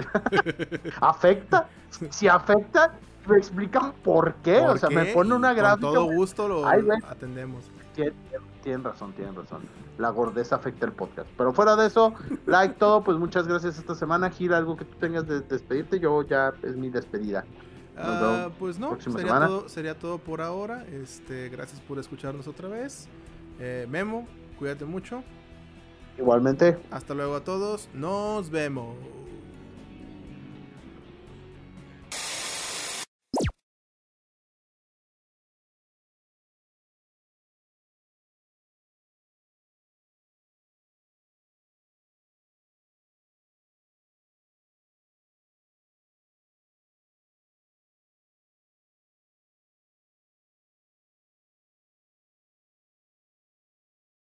¿Afecta? Si afecta, me explican por qué, ¿Por o sea, qué? me pone una y gráfica. Con todo gusto lo Ay, atendemos. Tienen, tienen razón, tienen razón. La gordeza afecta el podcast. Pero fuera de eso, like todo, pues muchas gracias esta semana. Gira, algo que tú tengas de despedirte, yo ya es mi despedida. Uh, pues no, sería todo, sería todo por ahora. Este, gracias por escucharnos otra vez. Eh, Memo, cuídate mucho. Igualmente. Hasta luego a todos. Nos vemos.